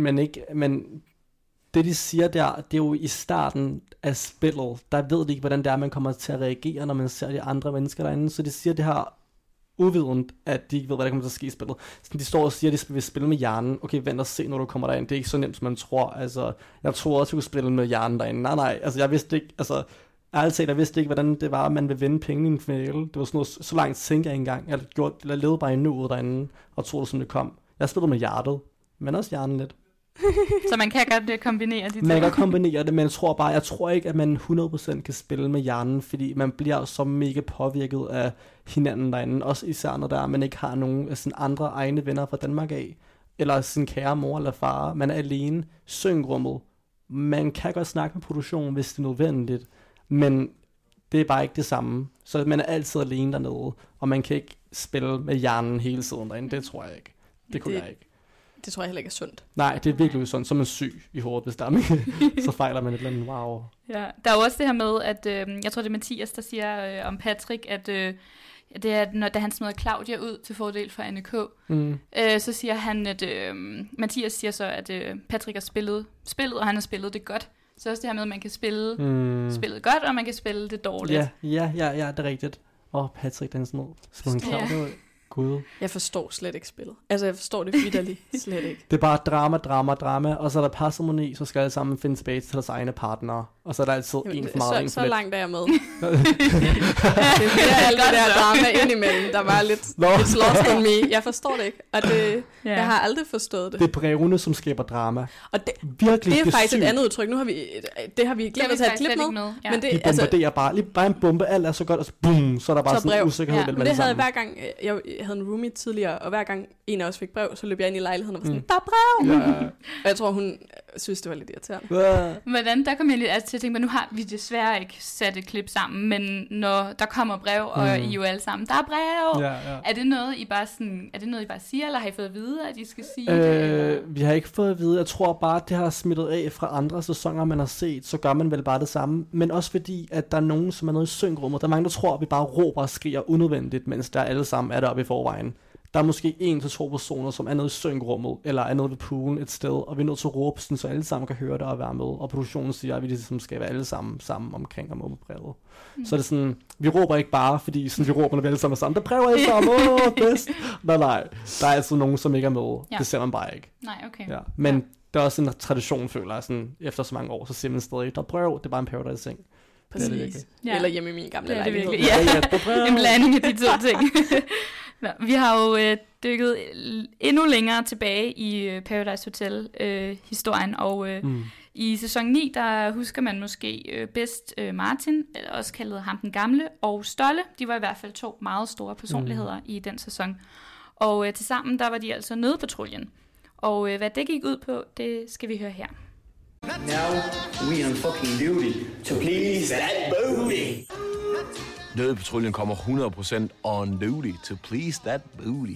det de siger der, det er jo i starten af spillet, der ved de ikke, hvordan det er, man kommer til at reagere, når man ser de andre mennesker derinde, så de siger det her uvident, at de ikke ved, hvad der kommer til at ske i spillet. Så de står og siger, at de vil spille med hjernen. Okay, vent og se, når du kommer derind. Det er ikke så nemt, som man tror. Altså, jeg troede også, at jeg kunne spille med hjernen derinde. Nej, altså, jeg vidste ikke, altså, ærligt talt, jeg vidste ikke, hvordan det var, at man vil vinde penge i en finale. Det var sådan noget, så langt tænkte jeg engang. Jeg levede bare i nuet derinde, og troede, som det kom. Jeg spillede med hjertet, men også hjernen lidt. Så man kan godt kombinere de ting. Man kan kombinere det, men jeg tror ikke, at man 100% kan spille med hjernen, fordi man bliver så mega påvirket af hinanden derinde, også især når man ikke har nogen af sine andre egne venner fra Danmark af, eller sin kære mor eller far. Man er alene, syngrummet. Man kan godt snakke med produktionen, hvis det er nødvendigt, men det er bare ikke det samme. Så man er altid alene dernede, og man kan ikke spille med hjernen hele tiden derinde. Det tror jeg ikke. Det kunne jeg ikke. Det tror jeg heller ikke er sundt. Nej, det er virkelig sundt. Så er man syg i hovedet, hvis der er så fejler man et eller andet. Wow. Ja, der er også det her med, at jeg tror, det er Mathias, der siger om Patrick, at det er, da han smider Claudia ud til fordel for Anne K., så siger han, at Mathias siger så, at Patrick har spillet spillet, og han har spillet det godt. Så også det her med, at man kan spille spillet godt, og man kan spille det dårligt. Ja, det er rigtigt. Patrick, den sådan noget. Claudia ud. Gud. Jeg forstår slet ikke spillet. Altså, jeg forstår det vitterligt slet ikke. Det er bare drama, og så er der parceremoni, så skal alle sammen finde tilbage til deres egne partnere. Og så er der altid en for meget. Så langt er jeg med. Det er alt det der drama indimellem, der var lidt lost on me. Jeg forstår det ikke, og jeg har aldrig forstået det. Det er brevene, som skaber drama. Og det er faktisk et andet udtryk. Nu har vi glemt at tage et klip med. Ja. Men det bombarderer bare en bombe, alt er så godt, og så boom, så er der bare sådan en usikkerhed. Ja, men det havde hver gang, jeg havde en roomie tidligere, og hver gang en af os fik brev, så løb jeg ind i lejligheden og var sådan, der er brev! Ja. Og jeg tror, hun synes, det var lidt irriterende. Hvordan, der kom jeg lidt til at tænke, men nu har vi desværre ikke sat et klip sammen, men når der kommer brev, og I jo alle sammen, der er brev! Ja. Er det noget, I bare siger, eller har I fået at vide, at I skal sige det? Vi har ikke fået at vide. Jeg tror bare, at det har smittet af fra andre sæsoner, man har set, så gør man vel bare det samme. Men også fordi, at der er nogen, som er noget i synkrummet. Der er mange, der tror, at vi bare råber og skriger unødvendigt, mens der alle sammen er deroppe i forvejen. Der er måske 1-2 personer, som er nede i synkrummet, eller er nede ved poolen et sted, og vi er nødt til at råbe sådan, så alle sammen kan høre det og være med. Og produktionen siger, at vi ligesom skal være alle sammen omkring om brevet. Så det er sådan, vi råber ikke bare, fordi sådan, vi råber, når vi alle sammen er sammen. Der brever alle sammen, bedst. Nej. Der er altid nogen, som ikke er med. Ja. Det ser man bare ikke. Nej, okay. Ja. Men der er også en tradition, føler jeg, sådan, efter så mange år, så siger man stadig, der er brev, det er bare en Paradise-ting. Præcis. Eller hjemme i min gamle lejlighed. En blanding af de to ting. Nå, vi har jo dykket endnu længere tilbage i Paradise Hotel historien, og i sæson 9, der husker man måske bedst Martin, eller også kaldet ham den gamle, og Stolle. De var i hvert fald 2 meget store personligheder i den sæson. Og tilsammen, der var de altså nødpatruljen. Og hvad det gik ud på, det skal vi høre her. Now we on fucking duty to please that booty. Nødpatruljen kommer 100% on duty to please that booty.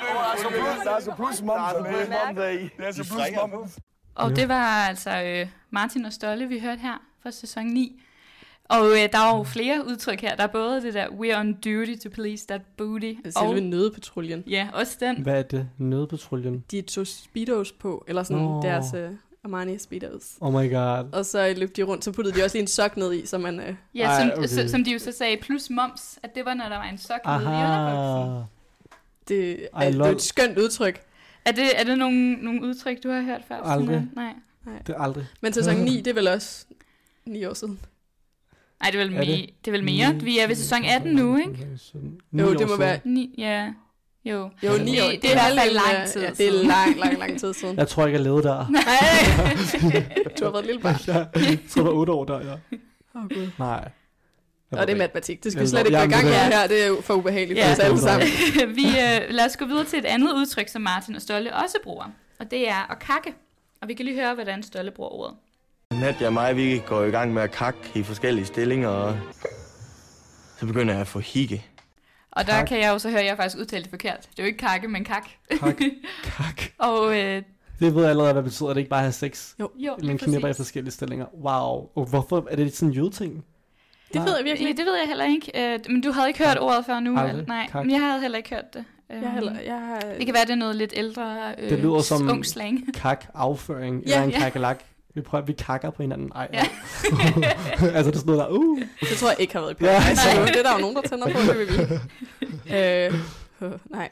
Og det var altså Martin og Stolle, vi hørte her fra sæson 9. Og der er jo flere udtryk her. Der er både det der, we're on duty to please that booty. Selve nødpatruljen. Ja, også den. Hvad er det? Nødpatruljen? De tog speedos på, eller sådan deres Armani speedos. Oh my god. Og så løb de rundt, så puttede de også lige en sok ned i, så man... Ja, som de jo så sagde, plus moms, at det var, når der var en sok nede i underbuksen. Det er et skønt udtryk. Er det nogle udtryk, du har hørt før? Aldrig. Nej. Det er aldrig. Men sæson 9, det er vel også 9 år siden. Nej, det er vel mere. Vi er ved sæson 18 nu, ikke? Jo, det må være... 9, ja. Jo, 9 år. Det er i hvert fald lang tid. Ja, det er lang tid siden. Jeg tror ikke, jeg levede der. Nej. Du har været et lille barn. Jeg tror, det var 8 år der, ja. Gud. Nej. Og det er matematik. Det skal vi slet ikke gå i gang med her. Det er jo for ubehageligt for os alle sammen. Lad os gå videre til et andet udtryk, som Martin og Stolle også bruger. Og det er at kakke. Og vi kan lige høre, hvordan Stolle bruger ordet. Nadia og mig, vi går i gang med at kakke i forskellige stillinger, og så begynder jeg at få hikke. Og der kan jeg jo så høre, at jeg faktisk udtalte det forkert. Det er jo ikke kakke, men kak. Kak. Og det ved jeg allerede, hvad det betyder. Det ikke bare at have sex. Jo, man knipper i forskellige stillinger. Wow. Og hvorfor er det sådan en jødeting? Det ved jeg virkelig ikke. Det ved jeg heller ikke. Men du havde ikke hørt ordet før nu? Nej, men jeg havde heller ikke hørt det. Det kan være, det er noget lidt ældre det lyder som ung slang. Kak-afføring eller en kakelak. Vi kakker på hinanden. Ej, ja. Altså, det er sådan noget der, Det tror jeg ikke har været i Paradise. Ja. Det er der jo nogen, der tænder på, det vil vi. Nej.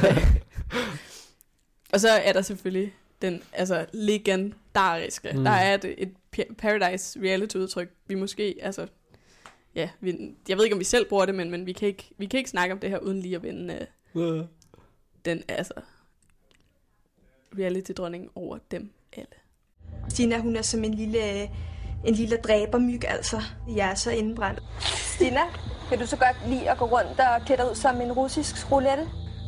Og så er der selvfølgelig den legendariske. Der er et Paradise reality-udtryk. Vi måske, jeg ved ikke, om vi selv bruger det, men vi kan ikke snakke om det her, uden lige at vende den, reality-dronning over dem alle. Stina, hun er som en lille dræbermyg, altså. Jeg er så indebrændt. Stina, kan du så godt lide at gå rundt og klæde dig ud som en russisk roulette?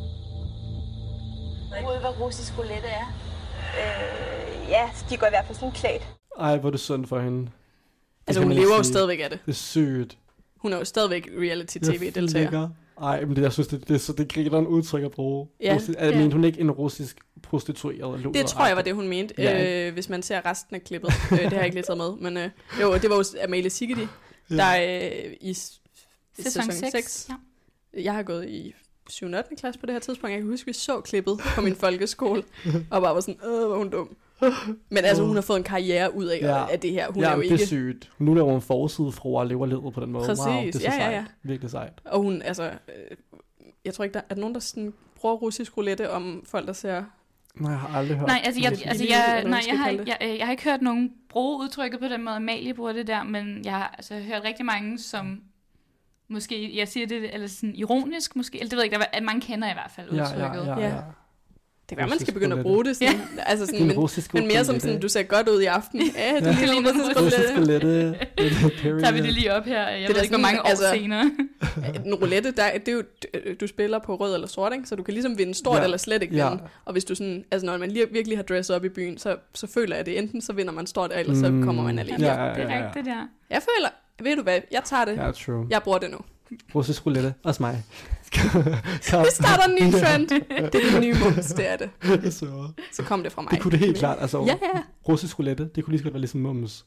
Jeg ved hvad russisk roulette er. Ja, de går i hvert fald sådan klædt. Ej, hvor er det synd for hende. Altså, hun lever jo stadigvæk af det. Det er sygt. Hun er jo stadigvæk reality-tv-deltager. Ej, men jeg synes, det griner en udtryk at bruge. Ja, mente hun ikke en russisk prostitueret? Det tror jeg var det, hun mente, hvis man ser resten af klippet. Det har jeg ikke lige taget med. Men jo, det var jo Amalie Sigeti, der i sæson 6. Ja. Jeg har gået i 7. og 8. klasse på det her tidspunkt. Jeg kan huske, vi så klippet på min folkeskole, og bare var sådan, hvor hun dum. Men altså, hun har fået en karriere ud af det her. Hun er jo ikke... det er sygt. Nu laver hun forsidefruer og lever livet på den måde. Præcis, wow, det er så sejt. Ja. Virkelig sejt. Og hun, jeg tror ikke, der er nogen, der sådan bruger russisk roulette om folk, der ser... Nej, jeg har aldrig hørt. Nej, jeg har ikke hørt nogen bruge udtrykket på den måde. Amalie bruger det der, men jeg har hørt rigtig mange, som måske, jeg siger det, eller sådan ironisk måske, eller det ved jeg ikke, at mange kender i hvert fald udtrykket. Ja. Det kan være, man skal begynde at bruge det sådan, men mere som sådan, du ser godt ud i aften. Ja, du kan lige russisk roulette. Tager vi det lige op her, jeg ved ikke, hvor mange år senere. En roulette, det er jo, du spiller på rød eller sort, ikke? Så du kan ligesom vinde stort eller slet ikke vinde. Og hvis du sådan, når man virkelig har dresset op i byen, så føler jeg det, enten så vinder man stort, eller så kommer man alene. Det er rigtigt, der. Jeg føler, ved du hvad, jeg tager det. Ja, true. Jeg bruger det nu. Russisk roulette, også mig. Vi starter en ny trend. Det er det nye mums, det er det. Så kom det fra mig. Det kunne det helt klart, altså. Ja. Russisk roulette, det kunne lige så godt være ligesom mums.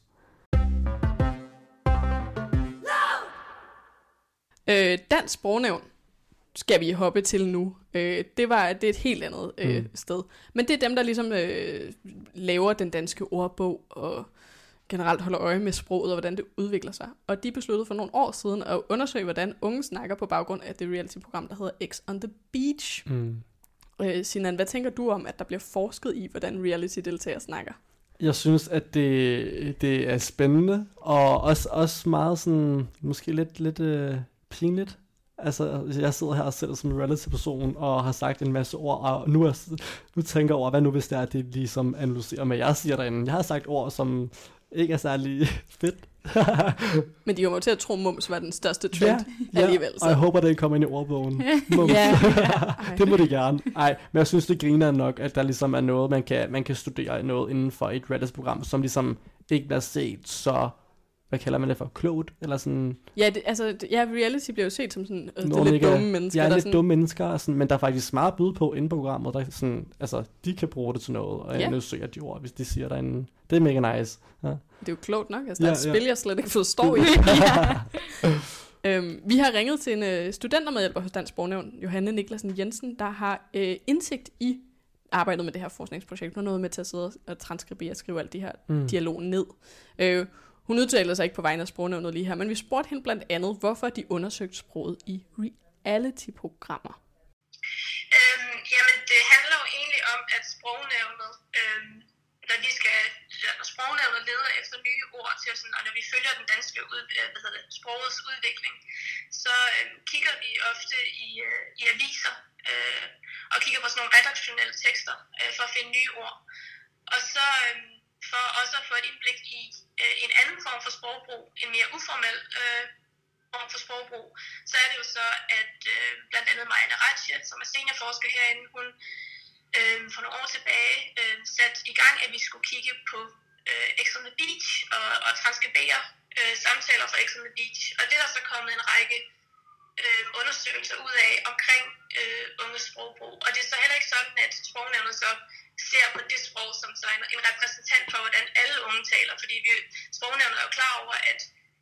Dansk Sprognævn skal vi hoppe til nu. Det er et helt andet sted. Men det er dem, der ligesom laver den danske ordbog og generelt holder øje med sproget og hvordan det udvikler sig. Og de besluttede for nogle år siden at undersøge, hvordan unge snakker på baggrund af det reality-program, der hedder X on the Beach. Sinan, hvad tænker du om, at der bliver forsket i, hvordan reality-deltagere snakker? Jeg synes, at det er spændende, og også meget sådan, måske lidt pinligt. Altså, jeg sidder her selv som reality-person og har sagt en masse ord, og nu tænker jeg over, hvad nu hvis det er, at det ligesom analyserer med, jeg siger derinde. Jeg har sagt ord, som ikke er særlig fedt. Men de kommer til at tro, mums var den største trend alligevel. Så. Og jeg håber, det kommer ind i ordbogen. Mums. Det må det gerne. Ej, men jeg synes, det griner nok, at der ligesom er noget, man kan studere noget inden for et reality-program, som ligesom ikke bliver set så, hvad kalder man det for, klogt, eller sådan... Ja, reality bliver jo set som sådan, det er lidt dumme mennesker. Ja, der lidt sådan... dumme mennesker, sådan, men der er faktisk smart bud på inde på programmet, der sådan, altså, de kan bruge det til noget, og nu søger de ord, hvis de siger derinde. Det er mega nice. Ja. Det er jo klogt nok, altså der er et spil, jeg slet ikke forstår i. Vi har ringet til en studentermedhjælper hos Dansk Sprognævn, Johanne Niklasen Jensen, der har indsigt i arbejdet med det her forskningsprojekt. Hun er noget med til at sidde og transkribere og skrive alt de her dialog ned. Hun udtaler sig ikke på vegne af Sprognævnet lige her, men vi spurgte hende blandt andet, hvorfor de undersøgte sproget i reality-programmer. Jamen, det handler jo egentlig om, at Sprognævnet, når Sprognævnet leder efter nye ord til sådan, og når vi følger den danske sprogets udvikling, så kigger vi ofte i aviser og kigger på sådan nogle redaktionelle tekster for at finde nye ord. Og så for også at få et indblik i en anden form for sprogbrug, en mere uformel form for sprogbrug, så er det jo så, at blandt andet Marianne Ratche, som er seniorforsker herinde, hun for nogle år tilbage satte i gang, at vi skulle kigge på Ex on the Beach og transkribere samtaler fra Ex on the Beach. Og det er der så kommet en række undersøgelser ud af omkring unges sprogbrug. Og det er så heller ikke sådan, at Sprognævnet så ser på det sprog som så en repræsentant for, hvordan alle unge taler. Fordi Sprognævnet er jo klar over, at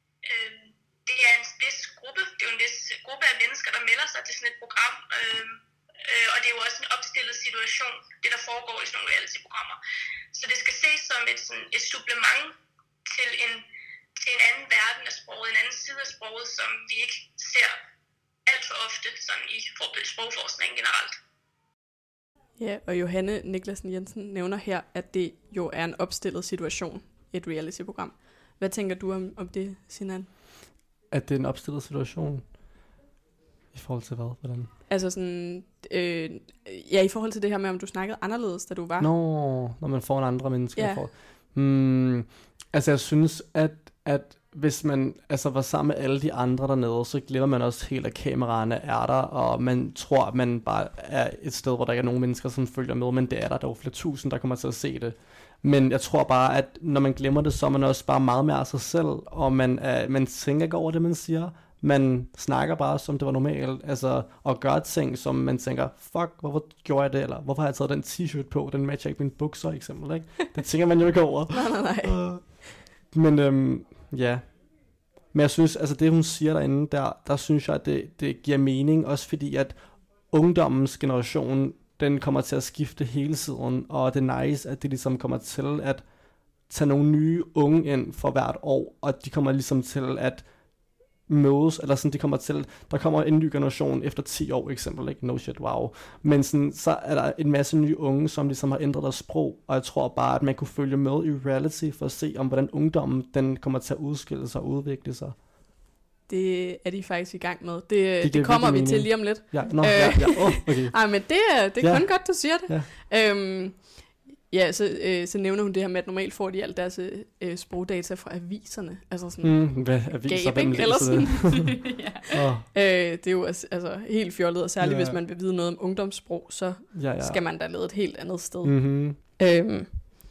det er en vis gruppe. Det er jo en vis gruppe af mennesker, der melder sig til sådan et program. Og det er jo også en opstillet situation, det der foregår i sådan nogle reality-programmer. Så det skal ses som et supplement til en anden verden af sproget, en anden side af sproget, som vi ikke ser alt for ofte sådan i sprogforskning generelt. Ja, og Johanne Niklasen Jensen nævner her, at det jo er en opstillet situation i et reality-program. Hvad tænker du om det, Sinan? At det er en opstillet situation? I forhold til hvad? Hvordan? Altså sådan, i forhold til det her med, om du snakkede anderledes, da du var. Når man får en andre mennesker. Ja. Altså jeg synes, at hvis man var sammen med alle de andre dernede, så glemmer man også helt, at kameraerne er der, og man tror, at man bare er et sted, hvor der ikke er nogen mennesker, som følger med, men det er der. Der er jo flere tusind, der kommer til at se det. Men jeg tror bare, at når man glemmer det, så er man også bare meget mere af sig selv, og man tænker ikke over det, man siger. Man snakker bare, som det var normalt, og gør ting, som man tænker, fuck, hvorfor gjorde jeg det, eller hvorfor har jeg taget den t-shirt på, den matcher ikke mine bukser, eksempel, ikke? Det tænker man jo ikke over. Nej. Men ja. Men jeg synes, det hun siger derinde, der synes jeg, at det giver mening, også fordi, at ungdommens generation, den kommer til at skifte hele tiden, og det er nice, at det ligesom kommer til at tage nogle nye unge ind for hvert år, og de kommer ligesom til at mødes, eller sådan, der kommer en ny generation efter 10 år, eksempel, ikke? No shit, wow. Men sådan, så er der en masse nye unge, som ligesom har ændret deres sprog, og jeg tror bare, at man kunne følge med i reality, for at se, om hvordan ungdommen, den kommer til at udskille sig og udvikle sig. Det er de faktisk i gang med. Det kommer vi til lige om lidt. Ja, okay. Ej, men det er kun godt, du siger det. Ja. Så nævner hun det her med, at normalt får de alt deres sprogdata fra aviserne. Altså sådan hvad aviser, Gabing, eller sådan. Det er jo helt fjollet, og særligt hvis man vil vide noget om ungdomssprog, så skal man da lede et helt andet sted. Mm-hmm.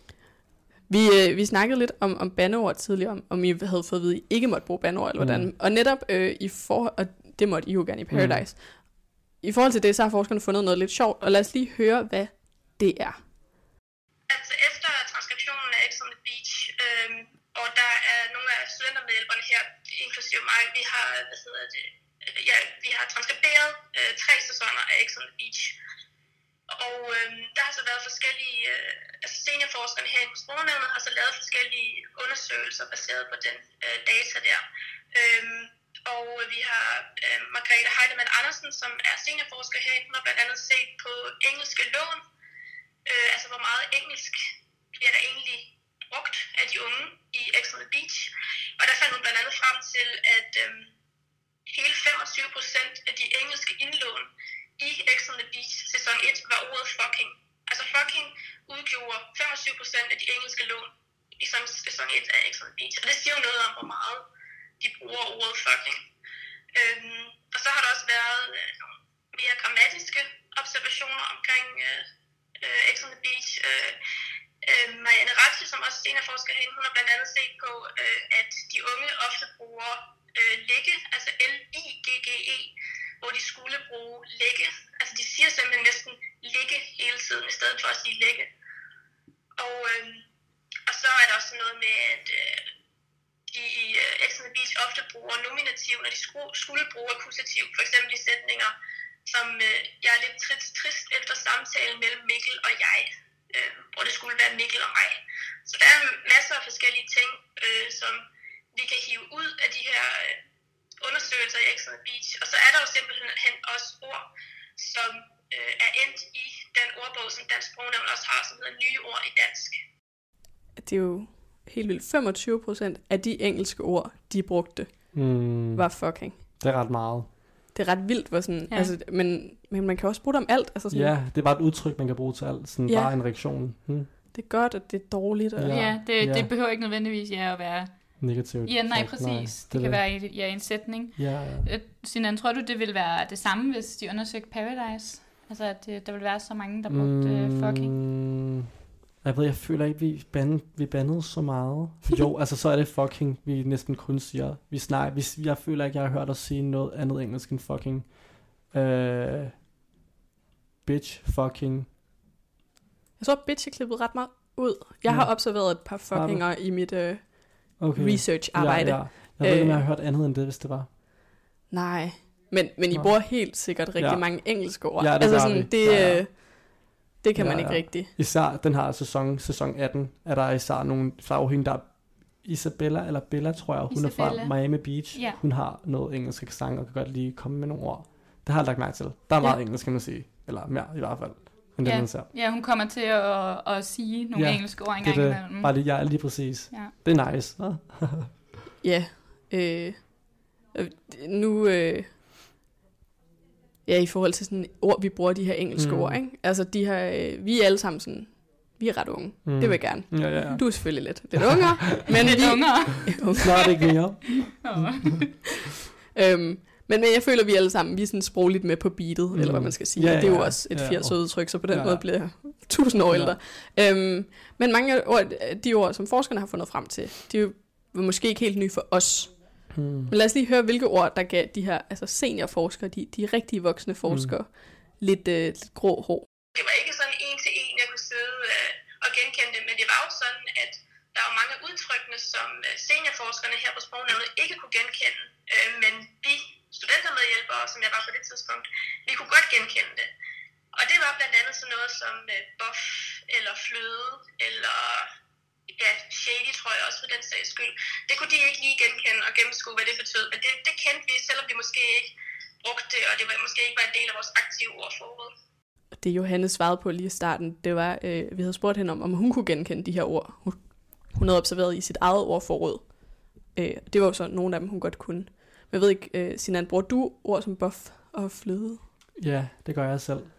Vi snakkede lidt om bandeord tidligere, om I havde fået at vide, at I ikke måtte bruge bandeord, eller hvordan. Og netop og det måtte I jo gerne i Paradise. I forhold til det, så har forskerne fundet noget lidt sjovt, og lad os lige høre, hvad det er. Altså efter transkriptionen af Ex on the Beach, og der er nogle af studentermedhjælperne her, inklusive mig, vi har transkriberet 3 sæsoner af Ex on the Beach. Og der har så været forskellige, seniorforskerne her i Sprognævnet har så lavet forskellige undersøgelser baseret på den data der. Og vi har Margrethe Heidemann Andersen, som er seniorforsker her, hun har blandt andet set på engelske lån, hvor meget engelsk bliver der egentlig brugt af de unge i Ex on the Beach. Og der fandt hun blandt andet frem til, at hele 25% af de engelske indlån i Ex on the Beach sæson 1 var ordet fucking. Altså fucking udgjorde 25% af de engelske lån i sæson 1 af Ex on the Beach. Og det siger jo noget om, hvor meget de bruger ordet fucking. Og så har der også været nogle mere grammatiske observationer omkring Ex on the Beach. Marianne Ratche, som også seniorforsker herinde, hun har blandt andet set på, at de unge ofte bruger lægge, altså L-I-G-G-E, hvor de skulle bruge lægge. Altså de siger simpelthen næsten lægge hele tiden, i stedet for at sige lægge. Og så er der også noget med, at de i Ex on the Beach ofte bruger nominativ, når de skulle bruge akkusativ, for eksempel i sætninger, som jeg er lidt trist efter samtalen mellem Mikkel og jeg, hvor det skulle være Mikkel og mig. Så der er masser af forskellige ting, som vi kan hive ud af de her undersøgelser i Ex on the Beach. Og så er der jo simpelthen også ord, som er endt i den ordbog, som Dansk Sprognævn også har, som hedder nye ord i dansk. Det er jo helt vildt. 25% af de engelske ord, de brugte, var fucking. Det er ret meget. Det er ret vildt, hvor sådan, altså, men man kan også bruge det om alt. Altså sådan, ja, det er bare et udtryk, man kan bruge til alt. Sådan bare en reaktion. Det er godt, og det er dårligt. Og Det behøver ikke nødvendigvis at være negativt. Ja, nej, præcis. Nej, det kan være i en sætning. Sinan, tror du, det vil være det samme, hvis de undersøgte Paradise? Altså, at der vil være så mange, der brugte fucking? Jeg føler ikke, vi bandede så meget. Jo, altså så er det fucking, vi næsten kun siger. Jeg føler ikke, jeg har hørt os sige noget andet engelsk end fucking. Bitch, fucking. Jeg tror, bitch er klippet ret meget ud. Jeg har observeret et par fuckinger i mit research-arbejde. Jeg ved ikke, om jeg har hørt andet end det, hvis det var. Nej, men I bruger helt sikkert rigtig mange engelske ord. Ja, det altså sådan, det kan man ikke rigtigt. Især den her sæson 18, er der især nogle, der er jo hende, der Isabella, eller Bella, tror jeg, hun er fra Miami Beach. Ja. Hun har noget engelsk accent, og kan godt lige komme med nogle ord. Det har jeg lagt mærke til. Der er meget engelsk, kan man sige. Eller mere, i hvert fald. Ja, hun kommer til at sige nogle engelske ord engang imellem. Bare lige, lige præcis. Ja. Det er nice. Nu... i forhold til sådan ord, vi bruger de her engelske ord, ikke? Altså de her, vi er alle sammen sådan, vi er ret unge. Det vil jeg gerne. Ja. Du er selvfølgelig lidt ungere. Men lidt ungere. Snart ikke mere. Men jeg føler, vi alle sammen, vi er sådan sprogligt med på beatet, eller hvad man skal sige. Det er jo også et 80'er udtryk, så på den måde bliver jeg 1000 år ældre. Men mange af de ord, som forskerne har fundet frem til, de er jo måske ikke helt nye for os. Men lad os lige høre, hvilke ord, der gav de her seniorforskere, de rigtige voksne forskere, lidt grå hår. Det var ikke sådan en til en, jeg kunne sidde og genkende det, men det var jo sådan, at der var mange udtrykkene, som seniorforskerne her på Sprognævnet ikke kunne genkende, men vi studentermedhjælpere, som jeg var på det tidspunkt, vi kunne godt genkende det. Og det var blandt andet sådan noget som buff, eller fløde, eller shady, tror jeg også for den sags skyld. Det kunne de ikke lige genkende og gennemskue, hvad det betød, men det kendte vi, selvom vi måske ikke brugte det, og det var måske ikke var en del af vores aktive ordforråd. Det Johanne svarede på lige i starten, det var, vi havde spurgt hende om hun kunne genkende de her ord. Hun havde observeret i sit eget ordforråd. Det var jo så nogle af dem, hun godt kunne. Men jeg ved ikke, Sinan, bruger du ord som buff og fløde? Ja, det gør jeg selv.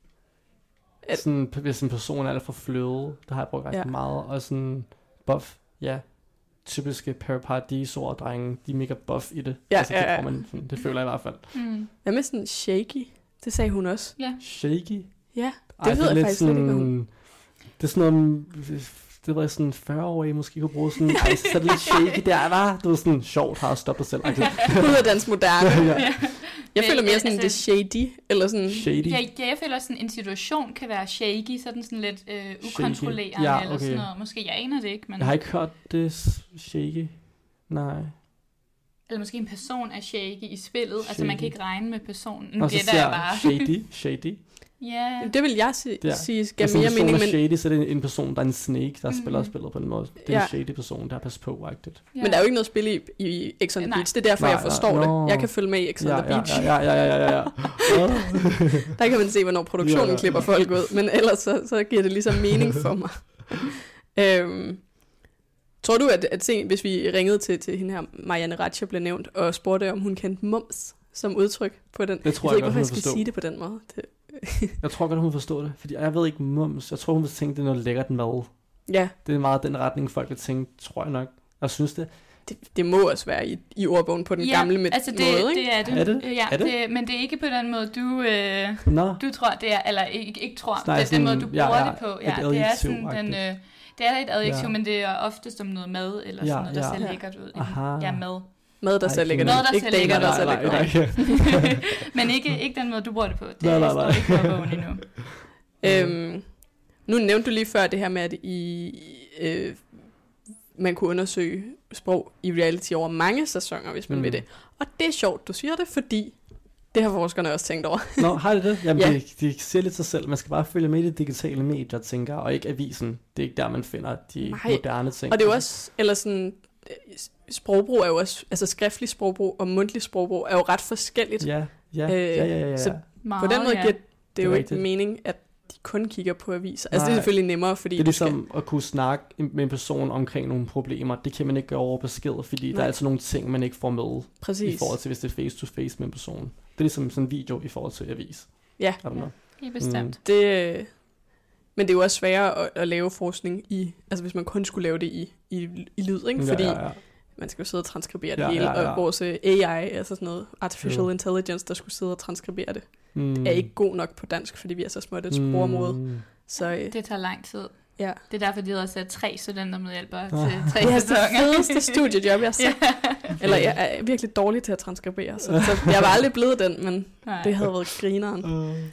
Sådan, hvis en person er alt for fløde, det har jeg brugt rigtig meget. Og sådan buff, typiske Paradise-ord, drenge, de er mega buff i det. Det føler jeg i hvert fald. Hvad med sådan shaky? Det sagde hun også. Ja. Shaky? Ja, det ved jeg faktisk slet ikke, hvad hun... Det er sådan noget... Det var sådan 40-årige måske kunne bruge sådan, så er det lidt shaky der, var. Det var sådan sjovt, har at stoppe dig selv. Ud af dansk moderne. Jeg føler mere sådan, det er shady, eller sådan... Shady. Ja, jeg føler også, sådan en situation kan være shaky, sådan lidt ukontrollerende, eller sådan noget. Måske jeg aner det ikke, men... Jeg har ikke hørt det shaky. Nej. Eller måske en person er shaky i spillet, altså man kan ikke regne med personen. Og så siger jeg shady. Ja. Det vil jeg sige gav mere mening. Hvis en shady, så er det en person, der er en snake, der spiller spillet på en måde. Det er en shady person, der er pas på-agtigt. Men der er jo ikke noget spil i Ex on the Beach. Det er derfor, jeg forstår det. Jeg kan følge med i Ex on the Beach. Ja. Der kan man se, hvornår produktionen klipper folk ud. Men ellers så giver det ligesom mening for mig. Tror du, at hvis vi ringede til hende her, Marianne Ratche blev nævnt, og spurgte, om hun kendte mums som udtryk på den? Det tror jeg godt, hun skal sige det på den måde. Jeg tror godt, hun forstår det, fordi jeg ved ikke mums. Jeg tror, hun vil tænke, det er noget lækkert mad. Ja. Det er meget den retning, folk vil tænke, tror jeg nok. Jeg synes det. Det må også være i ordbogen på den gamle måde, ikke? Er det? Ja, det? Men det er ikke på den måde, du tror, det er, eller ikke tror, Nej, det er den måde, du bruger det på. Ja, det er sådan Det er et adjektiv, men det er oftest om noget mad, eller sådan noget, der ser lækkert ud. Ja, mad. Mad, der ser lækkert ud. Ikke damer, der ser lækkert ud. Men ikke den måde, du bruger det på. Det står ikke på bogen endnu. Nu nævnte du lige før det her med, at man kunne undersøge sprog i reality over mange sæsoner, hvis man vil det. Og det er sjovt, du siger det, fordi det har forskerne også tænkt over. Nå, har det det? Jamen, de siger lidt sig selv. Man skal bare følge med i de digitale medier, tænker, og ikke avisen. Det er ikke der, man finder de moderne ting. Og det er jo også, eller sådan, sprogbrug er jo også, altså skriftlig sprogbrug og mundtlig sprogbrug er jo ret forskelligt. Ja. Så på den måde giver det jo ikke mening, at de kun kigger på aviser. Altså det er selvfølgelig nemmere, fordi det er ligesom at kunne snakke med en person omkring nogle problemer. Det kan man ikke gøre over besked, fordi der er altså nogle ting, man ikke får med. Præcis. I forhold til, hvis det er face-to-face med en person. Det er ligesom sådan en video i forhold til avis. Ja, helt bestemt. Men det er jo også sværere at lave forskning i, altså hvis man kun skulle lave det i lyd, ikke? Fordi man skal jo sidde og transkribere det hele, og vores AI, altså sådan noget artificial intelligence, der skulle sidde og transkribere det, er ikke god nok på dansk, fordi vi er så småt et sprogområde. Så det tager lang tid. Ja. Det er derfor, de har sat 3 studentermedhjælpere til 3 sæsoner. Det er det fedeste studiejob, jeg har Eller jeg er virkelig dårlig til at transkribere, så jeg var aldrig blevet den, men det havde været grineren.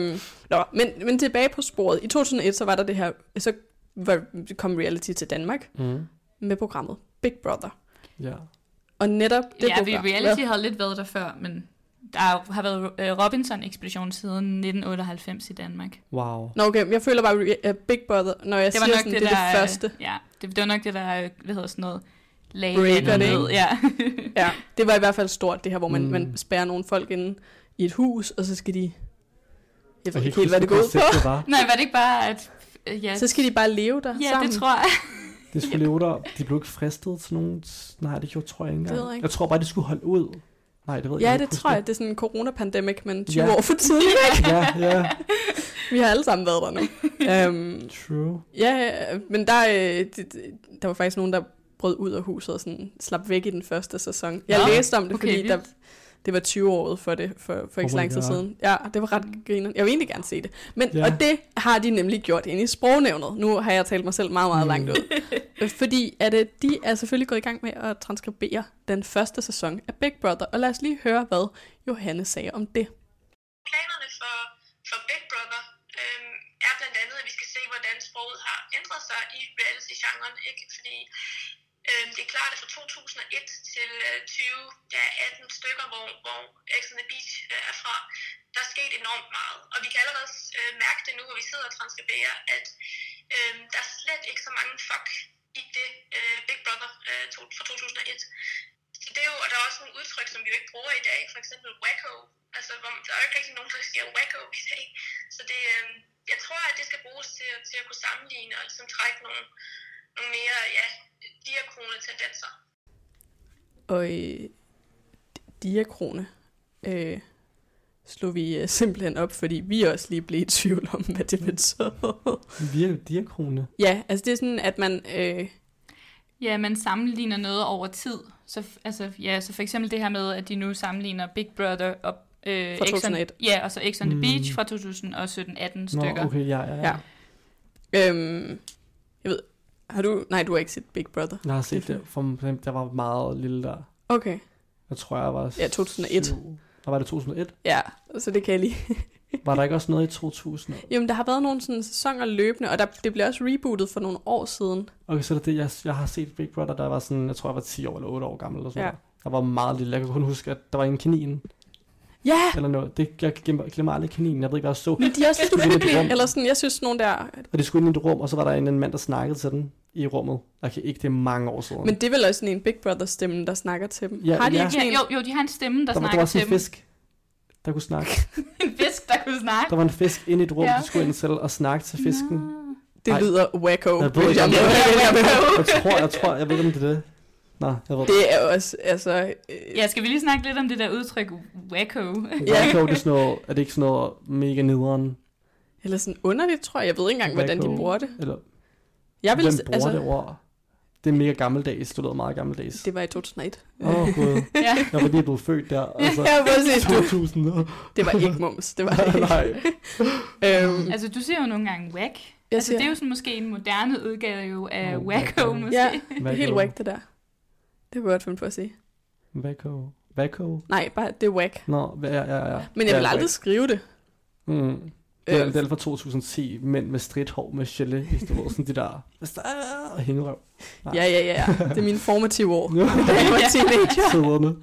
Men tilbage på sporet. I 2001, så var der det her, så kom reality til Danmark med programmet Big Brother. Ja. Og netop det program... reality havde lidt været der før, men der har været Robinson-ekspedition siden 1998 i Danmark. Wow. Nå okay, jeg føler bare Big Brother, når jeg siger sådan, det er det første. Ja, det var nok det der, hvad hedder sådan noget, breaker det, ja, det var i hvert fald stort, det her, hvor man spærrer nogle folk inde i et hus, og så skal de... Jeg ved ikke helt, hvad det går ud på. Nej, var det ikke bare, at... Så skal de bare leve der sammen? Ja, det tror jeg. De skulle leve der. De blev ikke fristet til nogen... Nej, det gjorde, tror jeg ikke engang. Jeg tror bare, de skulle holde ud. Nej, det ved jeg ikke. Ja, det tror jeg. Det er sådan en coronapandemic, men 20 år for tidligt. Ja. Vi har alle sammen været der nu. True. Ja, men der var faktisk nogen, der brød ud af huset og sådan slap væk i den første sæson. Jeg læste om det, fordi det var 20-året for det, for ikke så lang tid siden. Ja, det var ret griner. Jeg vil egentlig gerne se det. Men, og det har de nemlig gjort inde i sprognævnet. Nu har jeg talt mig selv meget, meget langt ud. Fordi de er selvfølgelig gået i gang med at transkribere den første sæson af Big Brother. Og lad os lige høre, hvad Johanne sagde om det. Planerne for Big Brother er blandt andet, at vi skal se, hvordan sproget har ændret sig i reality-genren. Ikke? Fordi det er klart, at fra 2001 til 2018 stykker, hvor Ex on the Beach er fra, der er sket enormt meget. Og vi kan allerede mærke det nu, hvor vi sidder og transkriberer, at der er slet ikke så mange fuck i det Big Brother fra 2001. Så det er jo, og der er også nogle udtryk, som vi jo ikke bruger i dag, for eksempel wacko. Altså, der er jo ikke rigtig nogen, der siger wacko i dag. Så det, jeg tror, at det skal bruges til at kunne sammenligne og ligesom trække nogle mere, diakrone tendenser. Og diakrone slog vi simpelthen op, fordi vi også lige blev i tvivl om, hvad det betød. Diakrone? Ja, altså det er sådan, at man... man sammenligner noget over tid. Så for eksempel det her med, at de nu sammenligner Big Brother og... fra 2001. Og så Ex on the Beach fra 2017-18 stykker. Nå, okay, ja. Jeg ved... du har ikke set Big Brother? Jeg har set det. Der var meget lille der. Okay. Jeg tror, jeg var... Ja, 2001. Der var det 2001? Ja, så det kan jeg lige... Var der ikke også noget i 2000? Jamen, der har været nogle sådan sæsoner løbende, og det blev også rebootet for nogle år siden. Okay, så det er det, jeg har set Big Brother, der var sådan, jeg tror, jeg var 10 år eller 8 år gammel eller sådan noget. Der var meget lille. Jeg kan kun huske, at der var en kanin. Ja! Eller noget. Jeg glemmer aldrig kaninen. Jeg ved ikke, hvad jeg så. Men de er også lidt uhyggelige. Eller sådan, jeg synes nogen der... Og de skulle ind i et rum, og så var der en mand, der snakkede til den i rummet. Det er mange år siden. Men det er vel også sådan en Big Brother-stemme, der snakker til dem. Ja, har de ikke jo, de har en stemme, der snakker til dem. Der var sådan en fisk, der kunne snakke. En fisk, der kunne snakke? Der var en fisk inde i et rum, de skulle ind selv og snakke til fisken. Det lyder wacko. Jeg tror, jeg ved ikke, om det er det. Nå, jeg ved det er også, altså... skal vi lige snakke lidt om det der udtryk, wacko? Wacko, det er sådan noget, er det ikke sådan noget mega nederen? Eller sådan underligt, tror jeg. Jeg ved ikke engang, hvordan de bruger det. Eller, hvem bruger det ord? Det er mega gammeldags. Det lyder meget gammeldags. Det var i 2001. Gud. Jeg var lige blevet født der. Altså, ja, præcis. 2000. Det var ikke mums. Det var det ikke. Nej. Altså, du siger jo nogle gange whack. Altså, det er jo sådan måske en moderne udgave jo af Wacko, måske. Ja, det er helt whack, det der. Det kunne jeg godt finde på at sige. Wacko? Nej, bare det er whack. Nå, ja. Men jeg vil aldrig skrive det. Det er fra 2010, mænd med stridt hår med gelé i stedet sådan de der hængerøv. Ja. Det er mine formative år. Da jeg var teenager.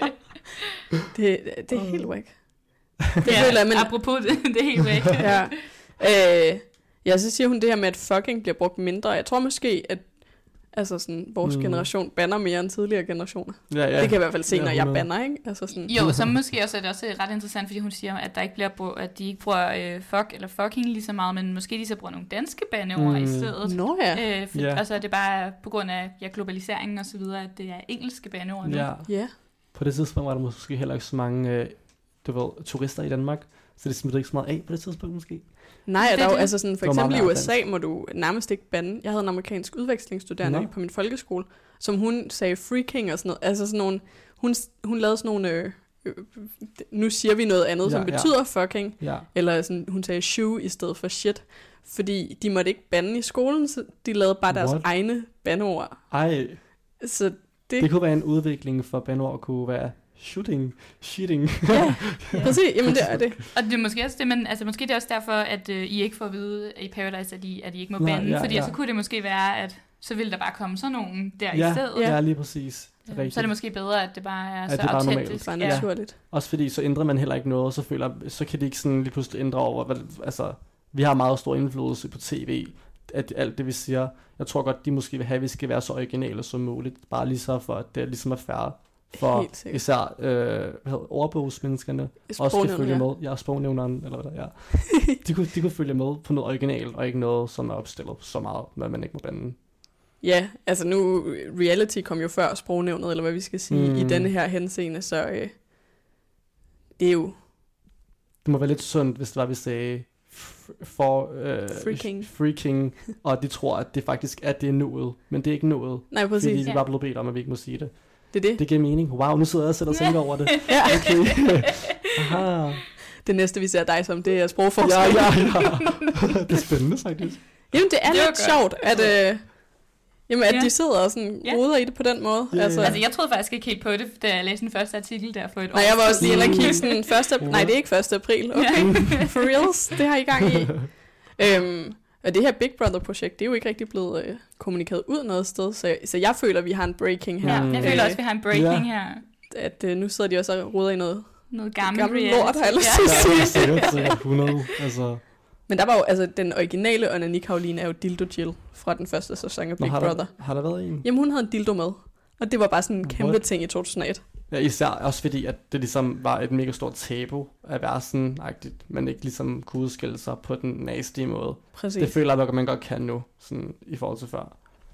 Det er helt whack. Apropos det er helt whack. Ja, så siger hun det her med, at fucking bliver brugt mindre. Jeg tror måske, at altså sådan, vores generation banner mere end tidligere generationer. Ja. Det kan jeg i hvert fald se, når jeg banner, ikke? Altså sådan. Jo, så måske også er det også ret interessant, fordi hun siger, at der ikke bliver at de ikke bruger fuck eller fucking lige så meget, men måske de så bruger nogle danske bandeord i stedet. Nå ja. Altså det er bare på grund af globaliseringen og så videre, at det er engelske bandeord nu. Ja. På det tidspunkt var der måske heller ikke så mange turister i Danmark, så det smitter ikke så meget af på det tidspunkt måske. Nej, der er jo altså sådan, for eksempel i USA må du nærmest ikke bande. Jeg havde en amerikansk udvekslingsstuderende på min folkeskole, som hun sagde freaking og sådan noget. Altså sådan nogle, hun lavede sådan nogle, nu siger vi noget andet, som betyder fucking. Ja. Eller sådan, hun sagde shoe i stedet for shit. Fordi de måtte ikke bande i skolen, så de lavede bare deres egne bandeord. Ej. Så det kunne være en udvikling for bandeord, kunne være shooting. Ja, præcis. Jamen det er det. Og det er måske også det, men altså måske det er også derfor, at I ikke får at vide i Paradise, at I ikke må bande, fordi så kunne det måske være, at så ville der bare komme sådan nogen der i stedet. Ja, lige præcis. Så er det måske bedre, at det bare er så autentisk. Bare naturligt. Også fordi så ændrer man heller ikke noget, så kan de ikke sådan lige pludselig ændre over, altså vi har meget stor indflydelse på tv, at alt det vi siger, jeg tror godt, de måske vil have, at vi skal være så originale som muligt, bare lige så for, at det ligesom er fair. For især overbogsmenneskerne også kan følge med. Ja, sprognævneren, eller hvad der er. De kunne følge med på noget originalt, og ikke noget, som er opstillet så meget, at man ikke må bande. Ja, altså nu, reality kom jo før sprognævnet, eller hvad vi skal sige, i denne her henseende, så det er jo... Det må være lidt sundt, hvis det var, vi sagde freaking, og de tror, at det faktisk er det nuet, men det er ikke nuet. Nej, præcis. Fordi vi bare blevet bedt om, at vi ikke må sige det. Det giver mening. Wow, nu sidder jeg og sætter og tænker over det. Ja. Okay. Aha. Det næste, vi ser dig som, det er sprogforskning. Ja. Det er spændende, faktisk. Jamen, det er lidt sjovt, at, de sidder og sådan roder i det på den måde. Yeah. Altså, jeg troede faktisk ikke helt på det, da jeg læste den første artikel der for et år. Nej, jeg var også lige inde og kigge sådan 1. Nej, det er ikke 1. april. Okay, for reals, det har I gang i. Og det her Big Brother-projekt, det er jo ikke rigtig blevet kommunikeret ud noget sted, så jeg føler, vi har en breaking her. Ja, jeg føler også, vi har en breaking her. At nu sidder de også og roder i noget gammel lort, har jeg lyst til at sige. Sikkert 100, altså. Men der var jo, altså den originale Onani Caroline er jo Dildo Jill fra den første sæson af Big Brother. Har der været en? Jamen hun havde en dildo med, og det var bare sådan en kæmpe ting i 2001. Ja, især også fordi, at det ligesom var et mega stort tabu at være sådan-agtigt, men ikke ligesom kunne udskille sig på den nasty måde. Præcis. Det føler jeg, at man godt kan nu, sådan i forhold til før.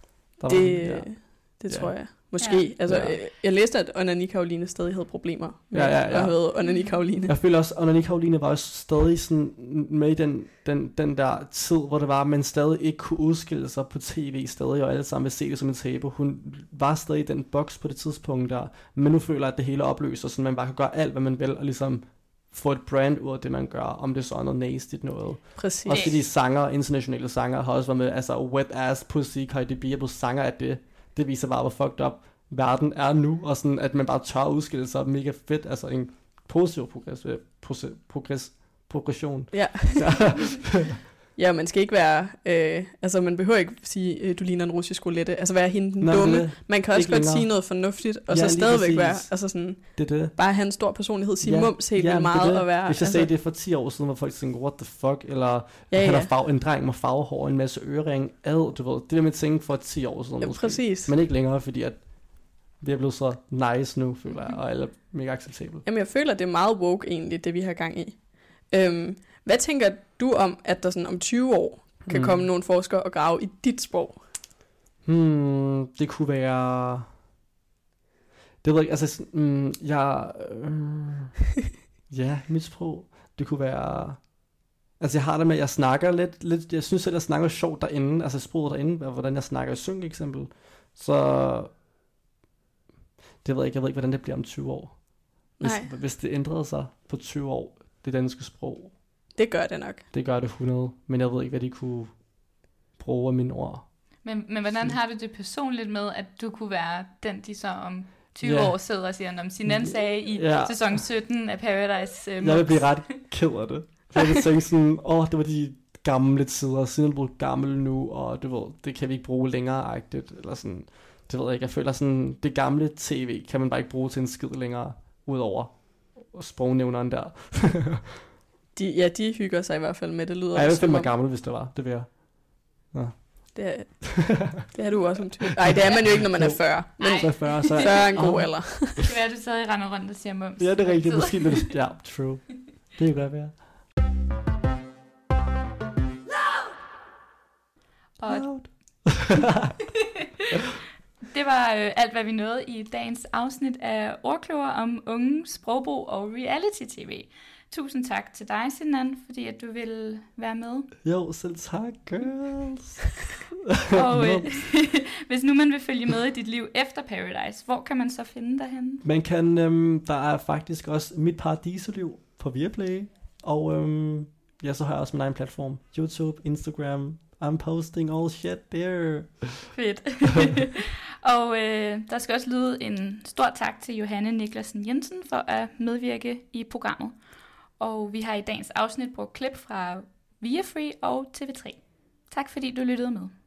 Det tror jeg. Måske. Altså, jeg læste, at Onani Caroline stadig havde problemer med at have Onani Caroline. Jeg føler også, at Onani Caroline var også stadig sådan med i den der tid, hvor det var, at man stadig ikke kunne udskille sig på tv stadig, og alle sammen vil se det som en tabu. Hun var stadig i den boks på det tidspunkt der, men nu føler jeg, at det hele opløser, så man bare kan gøre alt, hvad man vil, og ligesom få et brand ud af det, man gør, om det så er noget nasty noget. Præcis. Også fordi internationale sanger, har også været med, altså Wet Ass Pussy, Cardi B er blevet sanger af det. Det viser bare, hvor fucked up verden er nu, og sådan, at man bare tør udskille sig mega fedt, altså en positiv progression. Ja. Ja, man skal ikke være, altså man behøver ikke sige, du ligner en russisk roulette, altså være hende den dumme. Man kan også godt sige noget fornuftigt, og så stadigvæk være, altså sådan, bare have en stor personlighed, sige mums helt vildt meget, og være... Hvis jeg sagde det for 10 år siden, hvor folk tænkte, what the fuck, eller en dreng med farvehår, en masse ørering, du ved, det vil man tænke for 10 år siden. Ja, præcis. Men ikke længere, fordi at vi er blevet så nice nu, føler jeg, og alle er mega acceptable. Jamen jeg føler, det er meget woke egentlig, det vi har gang i. Hvad tænker du om, at der sådan om 20 år kan komme nogle forskere og grave i dit sprog? Det kunne være... Det ved jeg ikke, altså... ja, mit sprog. Det kunne være... Altså jeg har det med, at jeg snakker lidt... Jeg synes selv, jeg snakker sjovt derinde. Altså sproget derinde, hvordan jeg snakker i synk eksempel. Så... Det ved jeg ikke, hvordan det bliver om 20 år. Hvis det ændrede sig på 20 år, det danske sprog. Det gør det nok. Det gør det 100, men jeg ved ikke, hvad de kunne bruge mine ord. Men hvordan har du det personligt med, at du kunne være den, de så om 20 år sidder og siger, om Sinan sagde i sæson 17 af Paradise Jeg vil blive ret ked af det. Jeg vil tænke sådan, det var de gamle tider, Sinan er blevet gammel nu, og du ved, det kan vi ikke bruge længere-agtigt, eller sådan, det ved jeg ikke, jeg føler sådan, det gamle tv kan man bare ikke bruge til en skid længere, udover sprognævneren der. De hygger sig i hvert fald med, det lyder. Jeg vil føle mig gammel, hvis det var, det vil jeg. Ja. Det er du også om 20. Nej, det er man jo ikke, når man er 40. Men 40 er en god alder. Det kan være, du stadig render rundt og siger mums. Ja, det er rigtigt. Måske lidt, ja, true. Det kan godt være. Og det var alt, hvad vi nåede i dagens afsnit af Ordkløver om unge, sprogbrug og reality-tv. Tusind tak til dig, Sinan, fordi at du ville være med. Jo, selv tak, girls. Og hvis nu man vil følge med i dit liv efter Paradise, hvor kan man så finde dig henne? Man kan, der er faktisk også Mit Paradiseliv på Viaplay, og så har jeg også min egen platform, YouTube, Instagram. I'm posting all shit there. Fedt. Og der skal også lyde en stor tak til Johanne Niklasen Jensen for at medvirke i programmet. Og vi har i dagens afsnit brugt klip fra Viafree og TV3. Tak fordi du lyttede med.